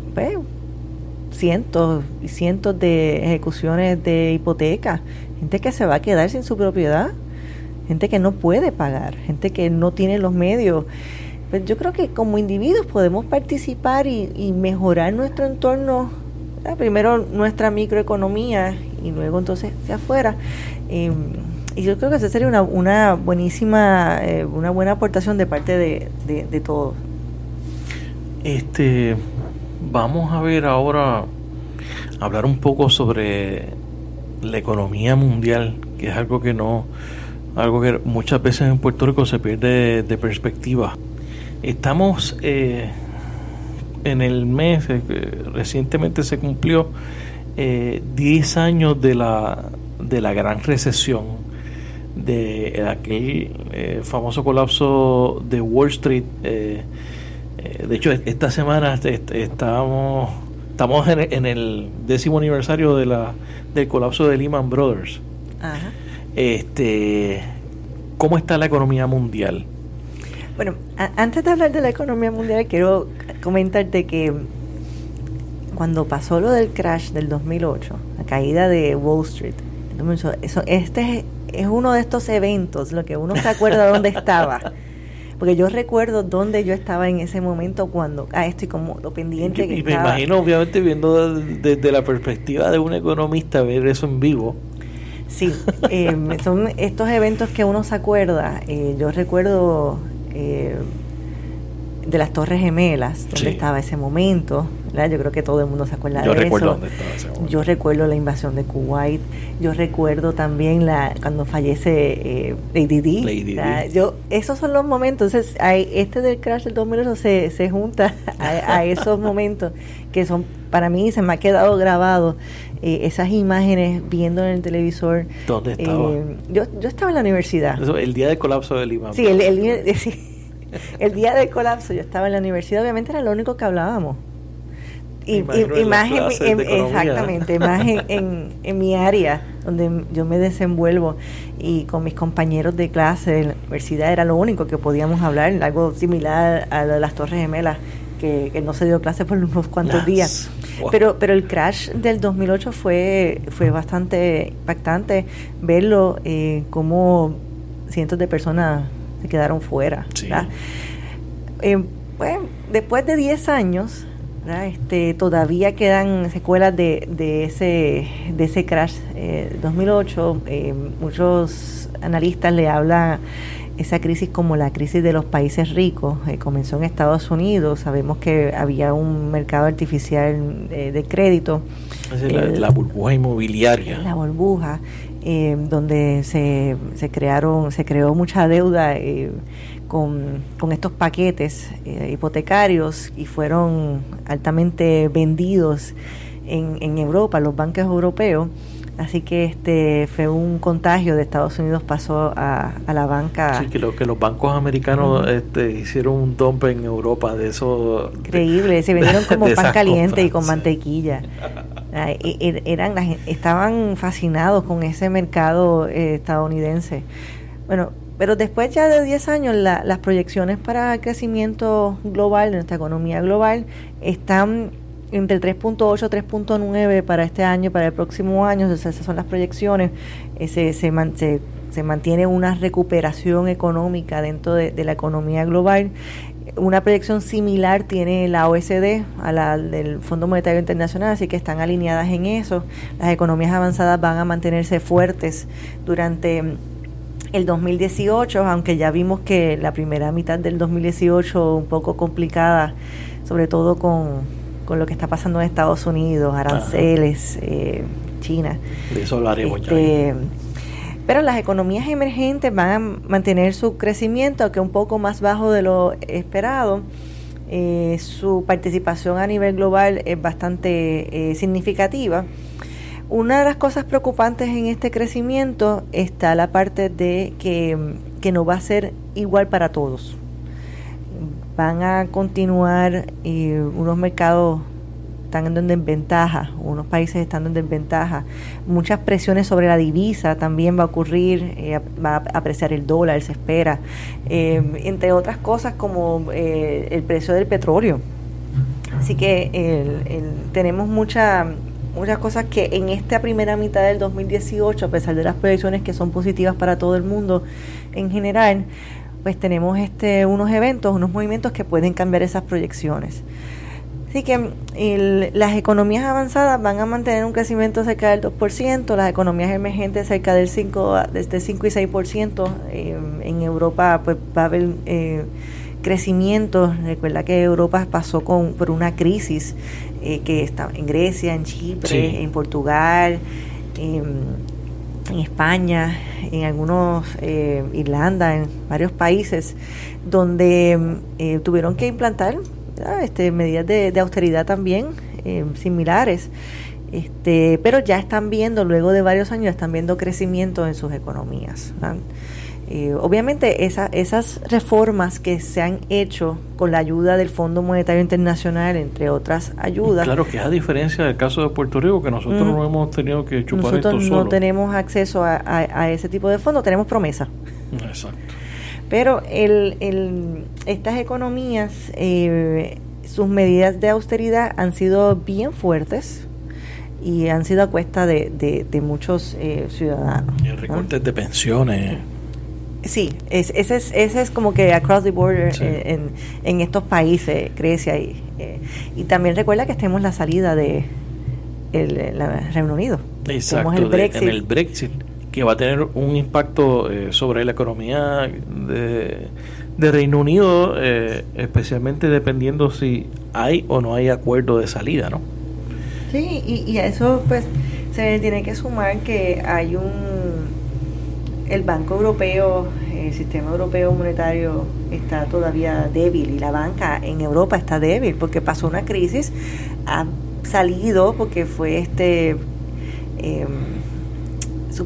cientos y cientos de ejecuciones de hipotecas, gente que se va a quedar sin su propiedad, gente que no puede pagar, gente que no tiene los medios. Pues yo creo que como individuos podemos participar y mejorar nuestro entorno, primero nuestra microeconomía y luego entonces hacia afuera. Y yo creo que esa sería una buenísima, una buena aportación de parte de todos. Vamos a ver ahora, hablar un poco sobre la economía mundial, que es algo que muchas veces en Puerto Rico se pierde de perspectiva. Estamos en el mes, recientemente se cumplió 10 años de la gran recesión, de aquel famoso colapso de Wall Street. De hecho, esta semana estamos en el 10º aniversario del colapso de Lehman Brothers. Ajá. ¿Cómo está la economía mundial? Bueno, antes de hablar de la economía mundial, quiero comentarte que cuando pasó lo del crash del 2008, la caída de Wall Street, este es uno de estos eventos, lo que uno se acuerda dónde estaba. Porque yo recuerdo dónde yo estaba en ese momento cuando estoy como lo pendiente que estaba. Y me imagino, obviamente, viendo desde la perspectiva de un economista, ver eso en vivo. Sí, son estos eventos que uno se acuerda. Yo recuerdo de las Torres Gemelas, donde estaba ese momento, ¿verdad? Yo creo que todo el mundo se acuerda de eso. Yo recuerdo dónde estaba ese momento. Yo recuerdo la invasión de Kuwait. Yo recuerdo también cuando fallece Lady Di. Esos son los momentos. Entonces, del crash del 2008 se junta a esos momentos que son, para mí, se me ha quedado grabado. Esas imágenes viendo en el televisor. ¿Dónde estaba? Yo estaba en la universidad. Eso, el día del colapso de Lehman. Sí, El día del colapso, yo estaba en la universidad, obviamente era lo único que hablábamos. Y más exactamente, más en mi área donde yo me desenvuelvo, y con mis compañeros de clase de la universidad era lo único que podíamos hablar, algo similar a lo de las Torres Gemelas, que no se dio clase por unos cuantos días. Wow. Pero el crash del 2008 fue bastante impactante verlo, cómo cientos de personas se quedaron fuera. Sí. Pues, después de 10 años, todavía quedan secuelas de ese crash 2008. Muchos analistas le hablan esa crisis como la crisis de los países ricos. Comenzó en Estados Unidos. Sabemos que había un mercado artificial de crédito, la burbuja inmobiliaria, la burbuja, donde se creó mucha deuda con estos paquetes hipotecarios, y fueron altamente vendidos en Europa, los bancos europeos. Así que fue un contagio de Estados Unidos, pasó a la banca. Sí, que los bancos americanos hicieron un dump en Europa de eso. Increíble, se vendieron como pan caliente y con mantequilla. Estaban fascinados con ese mercado estadounidense. Bueno, pero después ya de 10 años, las proyecciones para el crecimiento global, de nuestra economía global, están entre 3.8 y 3.9 para este año, para el próximo año. O sea, esas son las proyecciones. Se mantiene una recuperación económica dentro de la economía global. Una proyección similar tiene la OECD a la del Fondo Monetario Internacional, así que están alineadas en eso. Las economías avanzadas van a mantenerse fuertes durante el 2018, aunque ya vimos que la primera mitad del 2018 un poco complicada, sobre todo con lo que está pasando en Estados Unidos, aranceles, China. De eso hablaremos ya. Pero las economías emergentes van a mantener su crecimiento, aunque un poco más bajo de lo esperado. Su participación a nivel global es bastante significativa. Una de las cosas preocupantes en este crecimiento está la parte de que no va a ser igual para todos. Van a continuar unos mercados están en desventaja, unos países están en desventaja, muchas presiones sobre la divisa también va a ocurrir, va a apreciar el dólar, se espera, entre otras cosas como el precio del petróleo. Así que tenemos muchas cosas que en esta primera mitad del 2018, a pesar de las proyecciones que son positivas para todo el mundo en general, pues tenemos unos eventos, unos movimientos que pueden cambiar esas proyecciones. Así que las economías avanzadas van a mantener un crecimiento cerca del 2%, las economías emergentes cerca del 5 y 6%. En Europa pues va a haber crecimiento. Recuerda que Europa pasó por una crisis que está en Grecia, en Chipre, sí, en Portugal, en España, en algunos, Irlanda, en varios países donde tuvieron que implantar medidas de austeridad también similares, pero ya están viendo, luego de varios años, están viendo crecimiento en sus economías, ¿verdad? Obviamente esas reformas que se han hecho con la ayuda del Fondo Monetario Internacional, entre otras ayudas. Claro que es a diferencia del caso de Puerto Rico, que nosotros no hemos tenido que chupar esto solo. Nosotros no tenemos acceso a ese tipo de fondos, tenemos promesa. Exacto. Pero estas economías, sus medidas de austeridad han sido bien fuertes y han sido a cuesta de muchos ciudadanos. Y recortes de pensiones. Sí, ese es como que across the border, sí, en estos países, Grecia y también recuerda que estemos en la salida de Reino Unido. Exacto, en el Brexit, que va a tener un impacto sobre la economía de Reino Unido, especialmente dependiendo si hay o no hay acuerdo de salida, ¿no? Sí, y a eso pues se tiene que sumar que hay el Banco Europeo, el sistema europeo monetario está todavía débil, y la banca en Europa está débil porque pasó una crisis, ha salido porque fue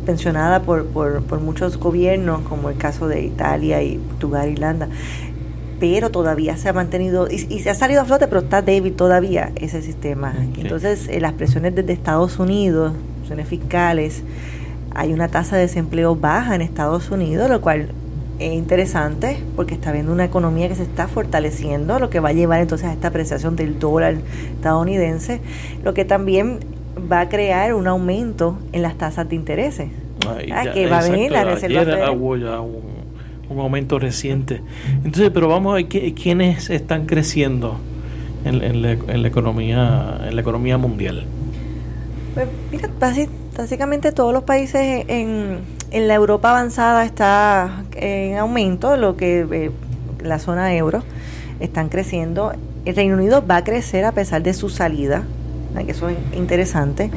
suspensionada por muchos gobiernos, como el caso de Italia y Portugal, Irlanda, pero todavía se ha mantenido y se ha salido a flote, pero está débil todavía ese sistema. Okay. Entonces, las presiones desde Estados Unidos, presiones fiscales, hay una tasa de desempleo baja en Estados Unidos, lo cual es interesante porque está viendo una economía que se está fortaleciendo, lo que va a llevar entonces a esta apreciación del dólar estadounidense, lo que también va a crear un aumento en las tasas de intereses. Que va a venir la Reserva Federal. Un aumento reciente. Entonces, pero vamos a ver quiénes están creciendo en la economía mundial. Pues mira, básicamente todos los países en la Europa avanzada está en aumento, lo que la zona euro están creciendo. El Reino Unido va a crecer a pesar de su salida, que eso es interesante.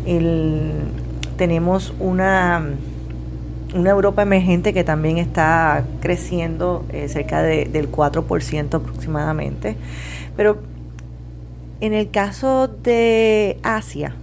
Tenemos una Europa emergente que también está creciendo cerca del 4% aproximadamente. Pero en el caso de Asia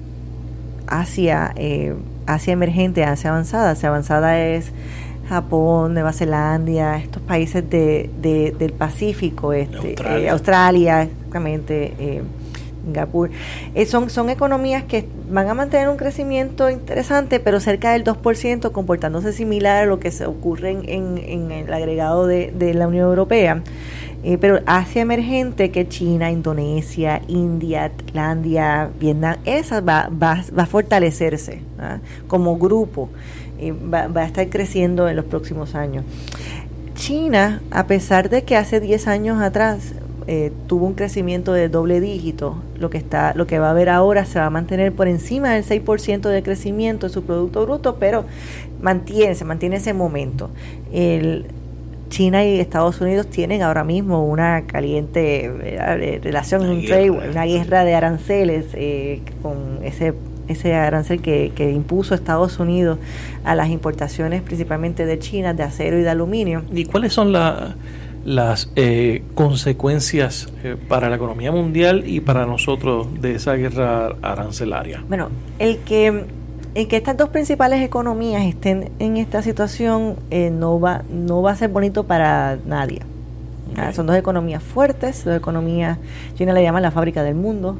emergente, Asia avanzada es Japón, Nueva Zelanda, estos países del Pacífico, Australia, exactamente, Singapur. Son economías que van a mantener un crecimiento interesante, pero cerca del 2%, comportándose similar a lo que se ocurre en el agregado de la Unión Europea. Pero Asia emergente, que China, Indonesia, India, Tailandia, Vietnam, esa va a fortalecerse, ¿verdad? Como grupo, va a estar creciendo en los próximos años. China, a pesar de que hace 10 años atrás tuvo un crecimiento de doble dígito, lo que va a haber ahora se va a mantener por encima del 6% de crecimiento de su Producto Bruto, pero se mantiene ese momento. China y Estados Unidos tienen ahora mismo una caliente relación, una guerra de aranceles con ese arancel que impuso Estados Unidos a las importaciones principalmente de China de acero y de aluminio. ¿Y cuáles son las consecuencias para la economía mundial y para nosotros de esa guerra arancelaria? Bueno, el que estas dos principales economías estén en esta situación no va a ser bonito para nadie. Okay. Son dos economías fuertes, dos economías, China le llama la fábrica del mundo.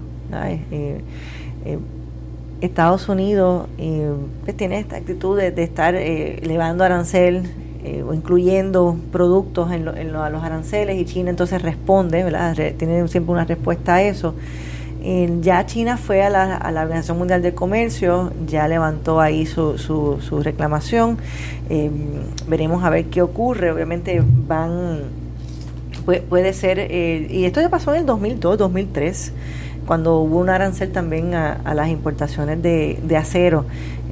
Estados Unidos pues tiene esta actitud de estar elevando arancel o incluyendo productos a los aranceles, y China entonces responde, ¿verdad? Tiene siempre una respuesta a eso. Ya China fue a la Organización Mundial del Comercio, ya levantó ahí su reclamación. Veremos a ver qué ocurre. Obviamente puede ser, y esto ya pasó en el 2002, 2003, cuando hubo un arancel también a las importaciones de acero.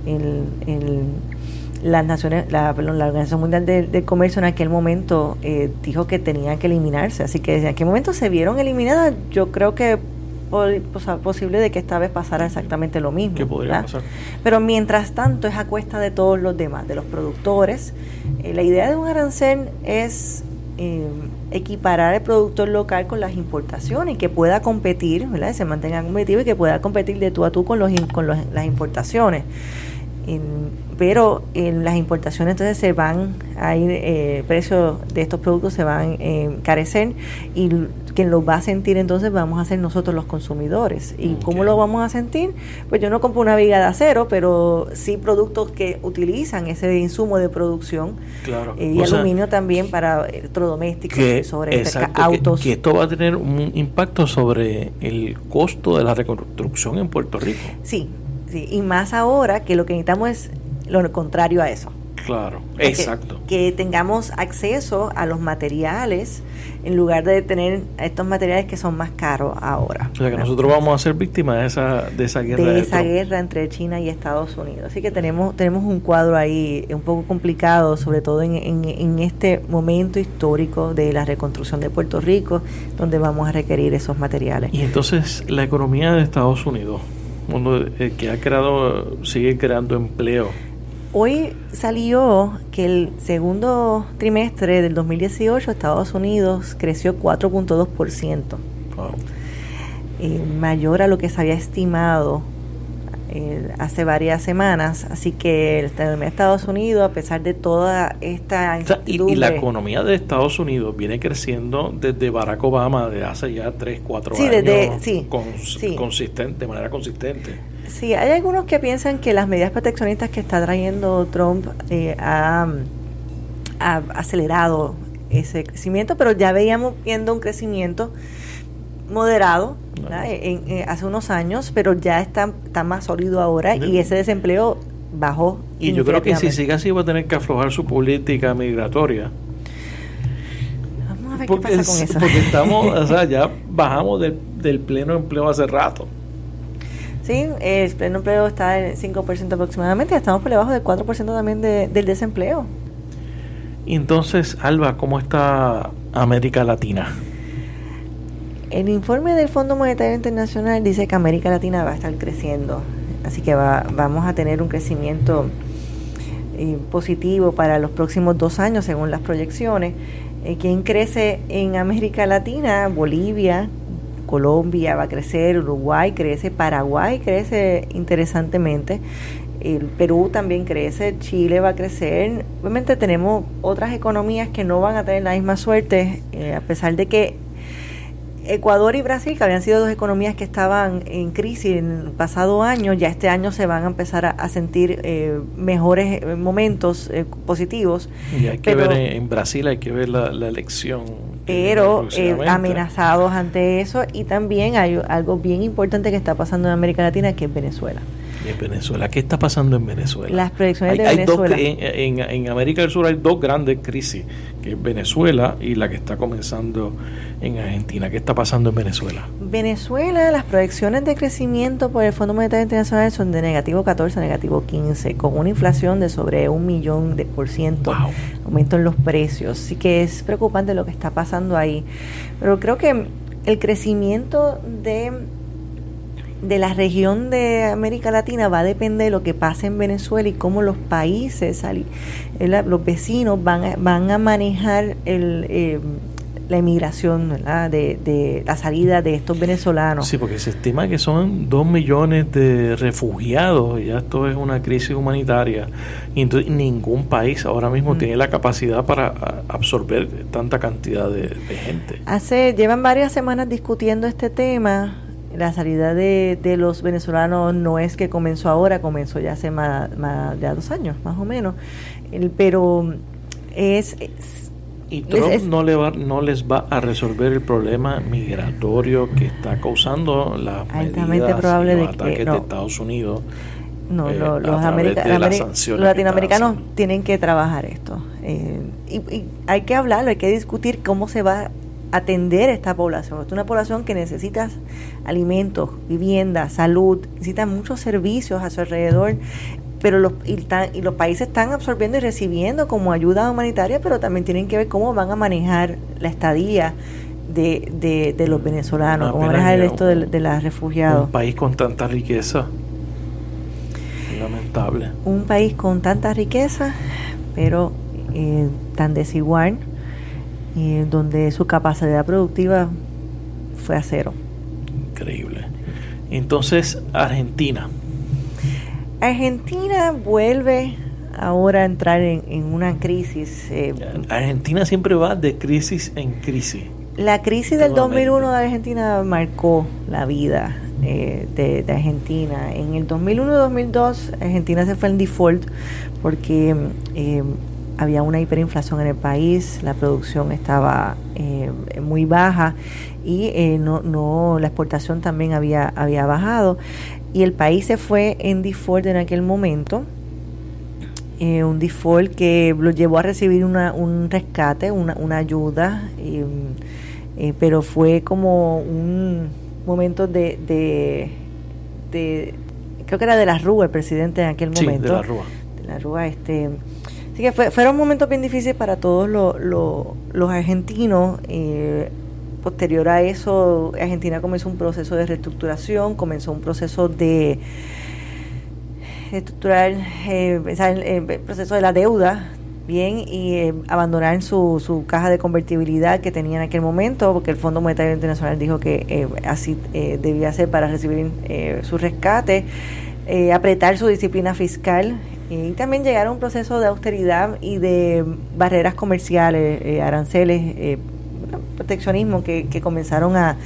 La Organización Mundial del Comercio en aquel momento dijo que tenían que eliminarse, así que en aquel momento se vieron eliminadas. Yo creo que posible de que esta vez pasara exactamente lo mismo. ¿Qué podría pasar? Pero mientras tanto es a cuesta de todos los demás, de los productores. La idea de un arancel es equiparar el productor local con las importaciones y que pueda competir, ¿verdad? Se mantenga competitivo y que pueda competir de tú a tú con las importaciones. Pero en las importaciones entonces se van a ir, el precio de estos productos se van a encarecer, y quien lo va a sentir entonces vamos a ser nosotros los consumidores. ¿Y okay, cómo lo vamos a sentir? Pues yo no compro una viga de acero, pero sí productos que utilizan ese insumo de producción. Claro. Y aluminio también para electrodomésticos, autos. Que esto va a tener un impacto sobre el costo de la reconstrucción en Puerto Rico. Sí, y más ahora que lo que necesitamos es lo contrario a eso. Claro, exacto. Que tengamos acceso a los materiales en lugar de tener estos materiales que son más caros ahora. O sea que nosotros vamos a ser víctimas de esa guerra. De esa guerra entre China y Estados Unidos. Así que tenemos un cuadro ahí un poco complicado, sobre todo en este momento histórico de la reconstrucción de Puerto Rico, donde vamos a requerir esos materiales. Y entonces la economía de Estados Unidos, que sigue creando empleo. Hoy salió que el segundo trimestre del 2018 Estados Unidos creció 4.2%. Wow. Mayor a lo que se había estimado hace varias semanas, así que la economía de Estados Unidos, a pesar de toda esta incertidumbre... y la economía de Estados Unidos viene creciendo desde Barack Obama, de hace ya 3, 4 años, consistente, de manera consistente. Sí, hay algunos que piensan que las medidas proteccionistas que está trayendo Trump ha acelerado ese crecimiento, pero ya veíamos viendo un crecimiento moderado hace unos años, pero ya está más sólido ahora y ese desempleo bajó. Y yo creo que si sigue así va a tener que aflojar su política migratoria. Vamos a ver qué pasa con eso. Porque estamos, ya bajamos del pleno empleo hace rato. Sí, el pleno empleo está en 5% aproximadamente, estamos por debajo del 4% también del desempleo. Y entonces, Alba, ¿cómo está América Latina? El informe del Fondo Monetario Internacional dice que América Latina va a estar creciendo, así que vamos a tener un crecimiento positivo para los próximos 2 años según las proyecciones. ¿Quién crece en América Latina? Bolivia, Colombia va a crecer, Uruguay crece, Paraguay crece interesantemente, el Perú también crece, Chile va a crecer. Obviamente tenemos otras economías que no van a tener la misma suerte, a pesar de que Ecuador y Brasil, que habían sido 2 economías que estaban en crisis en el pasado año, ya este año se van a empezar a sentir mejores momentos positivos. Y hay que ver en Brasil, hay que ver la elección. Pero amenazados ante eso, y también hay algo bien importante que está pasando en América Latina, que es Venezuela. En Venezuela, ¿qué está pasando en Venezuela? Las proyecciones de Venezuela. En América del Sur hay 2 grandes crisis, que es Venezuela y la que está comenzando en Argentina. ¿Qué está pasando en Venezuela? Venezuela, las proyecciones de crecimiento por el Fondo Monetario Internacional son de negativo 14 a negativo 15, con una inflación de sobre 1.000.000%, wow. Aumento en los precios. Sí que es preocupante lo que está pasando ahí. Pero creo que el crecimiento de la región de América Latina va a depender de lo que pase en Venezuela y cómo los países, los vecinos van a manejar la inmigración, ¿verdad? De la salida de estos venezolanos. Sí, porque se estima que son 2 millones de refugiados, y ya esto es una crisis humanitaria, y entonces ningún país ahora mismo tiene la capacidad para absorber tanta cantidad de gente. Llevan varias semanas discutiendo este tema. La salida de los venezolanos no es que comenzó ahora, comenzó ya hace más de 2 años, más o menos. Pero y Trump no les va a resolver el problema migratorio que está causando las medidas y los ataques de Estados Unidos. No, los latinoamericanos tienen que trabajar esto. Y hay que hablarlo, hay que discutir cómo se va atender esta población. Es una población que necesita alimentos, vivienda, salud, necesita muchos servicios a su alrededor, pero los países están absorbiendo y recibiendo como ayuda humanitaria, pero también tienen que ver cómo van a manejar la estadía de los venezolanos, cómo manejar el resto de los refugiados. Un país con tanta riqueza, lamentable. Un país con tanta riqueza, pero tan desigual, donde su capacidad productiva fue a 0. Increíble. Entonces, Argentina vuelve ahora a entrar en una crisis. Argentina siempre va de crisis en crisis. La crisis del 2001 de Argentina marcó la vida de Argentina. En el 2001-2002 Argentina se fue en default porque había una hiperinflación en el país, la producción estaba muy baja y la exportación también había bajado, y el país se fue en default en aquel momento, un default que lo llevó a recibir un rescate, una ayuda, pero fue como un momento de creo que era de la Rúa el presidente en aquel momento. Sí, de la Rúa. Así que fueron momentos bien difíciles para todos los argentinos. Posterior a eso, Argentina comenzó un proceso de reestructuración, comenzó un proceso de reestructurar el proceso de la deuda, bien, y abandonar su caja de convertibilidad que tenía en aquel momento, porque el Fondo Monetario Internacional dijo que así debía ser para recibir su rescate. apretar su disciplina fiscal y también llegar a un proceso de austeridad y de barreras comerciales, aranceles, proteccionismo que comenzaron a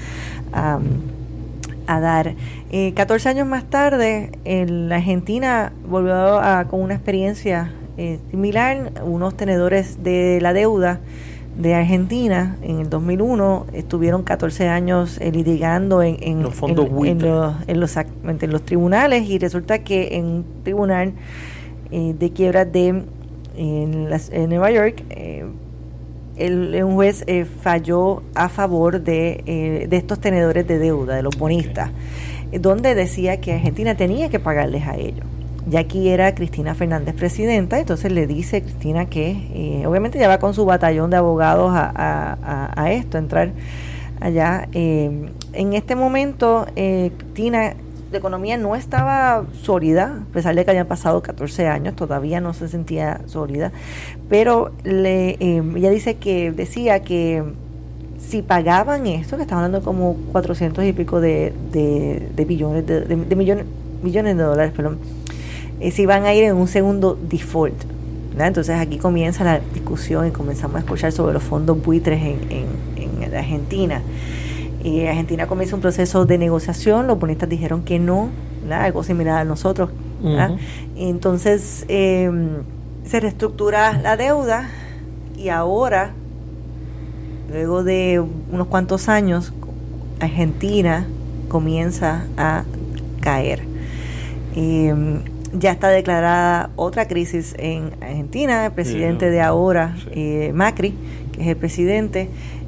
dar. 14 años más tarde, la Argentina volvió con una experiencia similar. Unos tenedores de la deuda de Argentina en el 2001 estuvieron 14 años litigando en los fondos en los tribunales, y resulta que en un tribunal de quiebra en Nueva York, un juez falló a favor de estos tenedores de deuda, de los bonistas, donde decía que Argentina tenía que pagarles a ellos. Y aquí era Cristina Fernández presidenta, entonces le dice a Cristina que obviamente ya va con su batallón de abogados a esto, a entrar allá. En este momento, Cristina, la economía no estaba sólida, a pesar de que habían pasado 14 años, todavía no se sentía sólida, pero ella decía que si pagaban esto, que estaban hablando como 400 y pico de billones de millones de dólares, perdón, si van a ir en un segundo default, ¿verdad? Entonces aquí comienza la discusión y comenzamos a escuchar sobre los fondos buitres en Argentina. Argentina comienza un proceso de negociación, los bonistas dijeron que no, ¿verdad? Algo similar a nosotros, ¿verdad? Entonces se reestructura la deuda y ahora, luego de unos cuantos años, Argentina comienza a caer. Ya está declarada otra crisis en Argentina. El presidente de ahora, Macri, que es el presidente,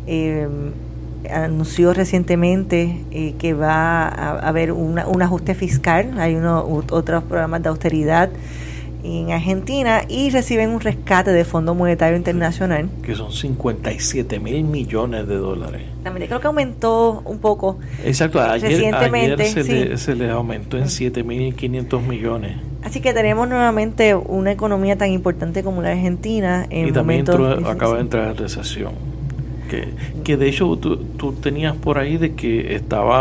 anunció recientemente que va a haber un ajuste fiscal. Hay otros programas de austeridad en Argentina y reciben un rescate del Fondo Monetario Internacional, que son 57 mil millones de dólares. También creo que aumentó un poco. Exacto, recientemente se le aumentó en 7.500 millones. Así que tenemos nuevamente una economía tan importante como la Argentina en y también acaba de difíciles. entrar en recesión, que de hecho tú tenías por ahí de que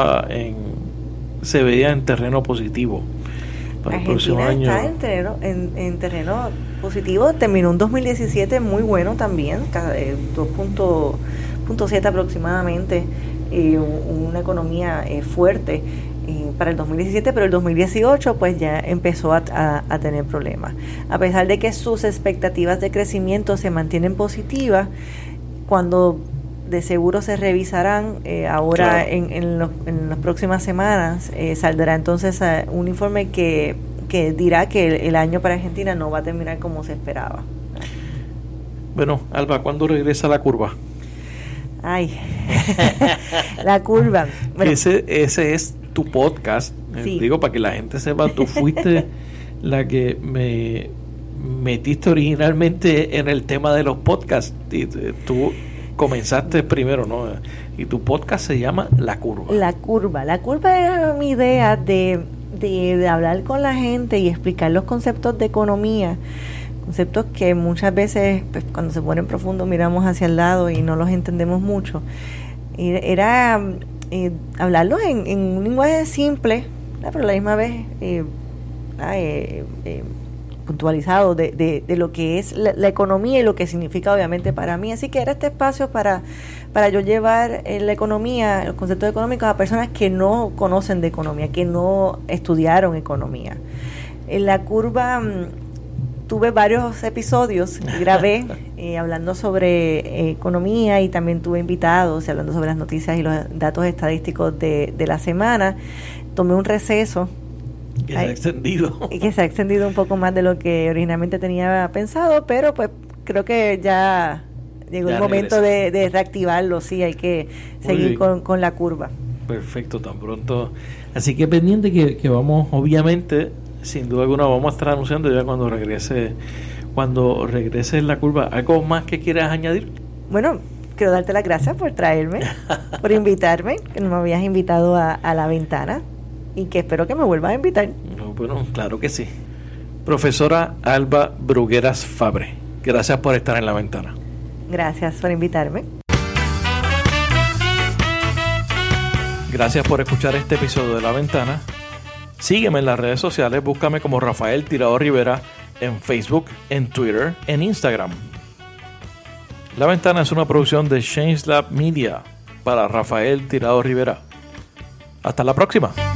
se veía en terreno positivo para el próximo año. Argentina está en terreno positivo. Terminó un 2017 muy bueno también, 2.7 aproximadamente, una economía fuerte para el 2017, pero el 2018 pues ya empezó a tener problemas. A pesar de que sus expectativas de crecimiento se mantienen positivas, cuando de seguro se revisarán ahora, claro, en las próximas semanas, saldrá entonces un informe que dirá que el año para Argentina no va a terminar como se esperaba. Bueno, Alba, ¿cuándo regresa la curva? Ay, la curva. Bueno, ese es tu podcast. Sí. Digo, para que la gente sepa, tú fuiste la que me metiste originalmente en el tema de los podcasts. Y tú comenzaste primero, ¿no? Y tu podcast se llama La Curva. La Curva era mi idea de hablar con la gente y explicar los conceptos de economía, conceptos que muchas veces, pues, cuando se ponen profundos miramos hacia el lado y no los entendemos mucho. Era hablarlos en un lenguaje simple, pero a la misma vez puntualizado de lo que es la economía y lo que significa obviamente para mí. Así que era este espacio para yo llevar la economía, los conceptos económicos a personas que no conocen de economía, que no estudiaron economía. En La Curva tuve varios episodios, grabé hablando sobre economía, y también tuve invitados hablando sobre las noticias y los datos estadísticos de la semana. Tomé un receso. Que se ha extendido. Y que se ha extendido un poco más de lo que originalmente tenía pensado, pero pues creo que ya llegó el momento de reactivarlo. Sí, hay que seguir con La Curva. Perfecto, tan pronto. Así que pendiente que vamos, obviamente, sin duda alguna, vamos a estar anunciando ya cuando regrese La Curva. ¿Algo más que quieras añadir? Bueno, quiero darte las gracias por traerme, por invitarme, que no me habías invitado a La Ventana, y que espero que me vuelvas a invitar. Bueno, claro que sí. Profesora Alba Brugueras Fabre, gracias por estar en La Ventana. Gracias por invitarme. Gracias por escuchar este episodio de La Ventana. Sígueme en las redes sociales, búscame como Rafael Tirado Rivera en Facebook, en Twitter, en Instagram. La Ventana es una producción de Change Lab Media para Rafael Tirado Rivera. Hasta la próxima.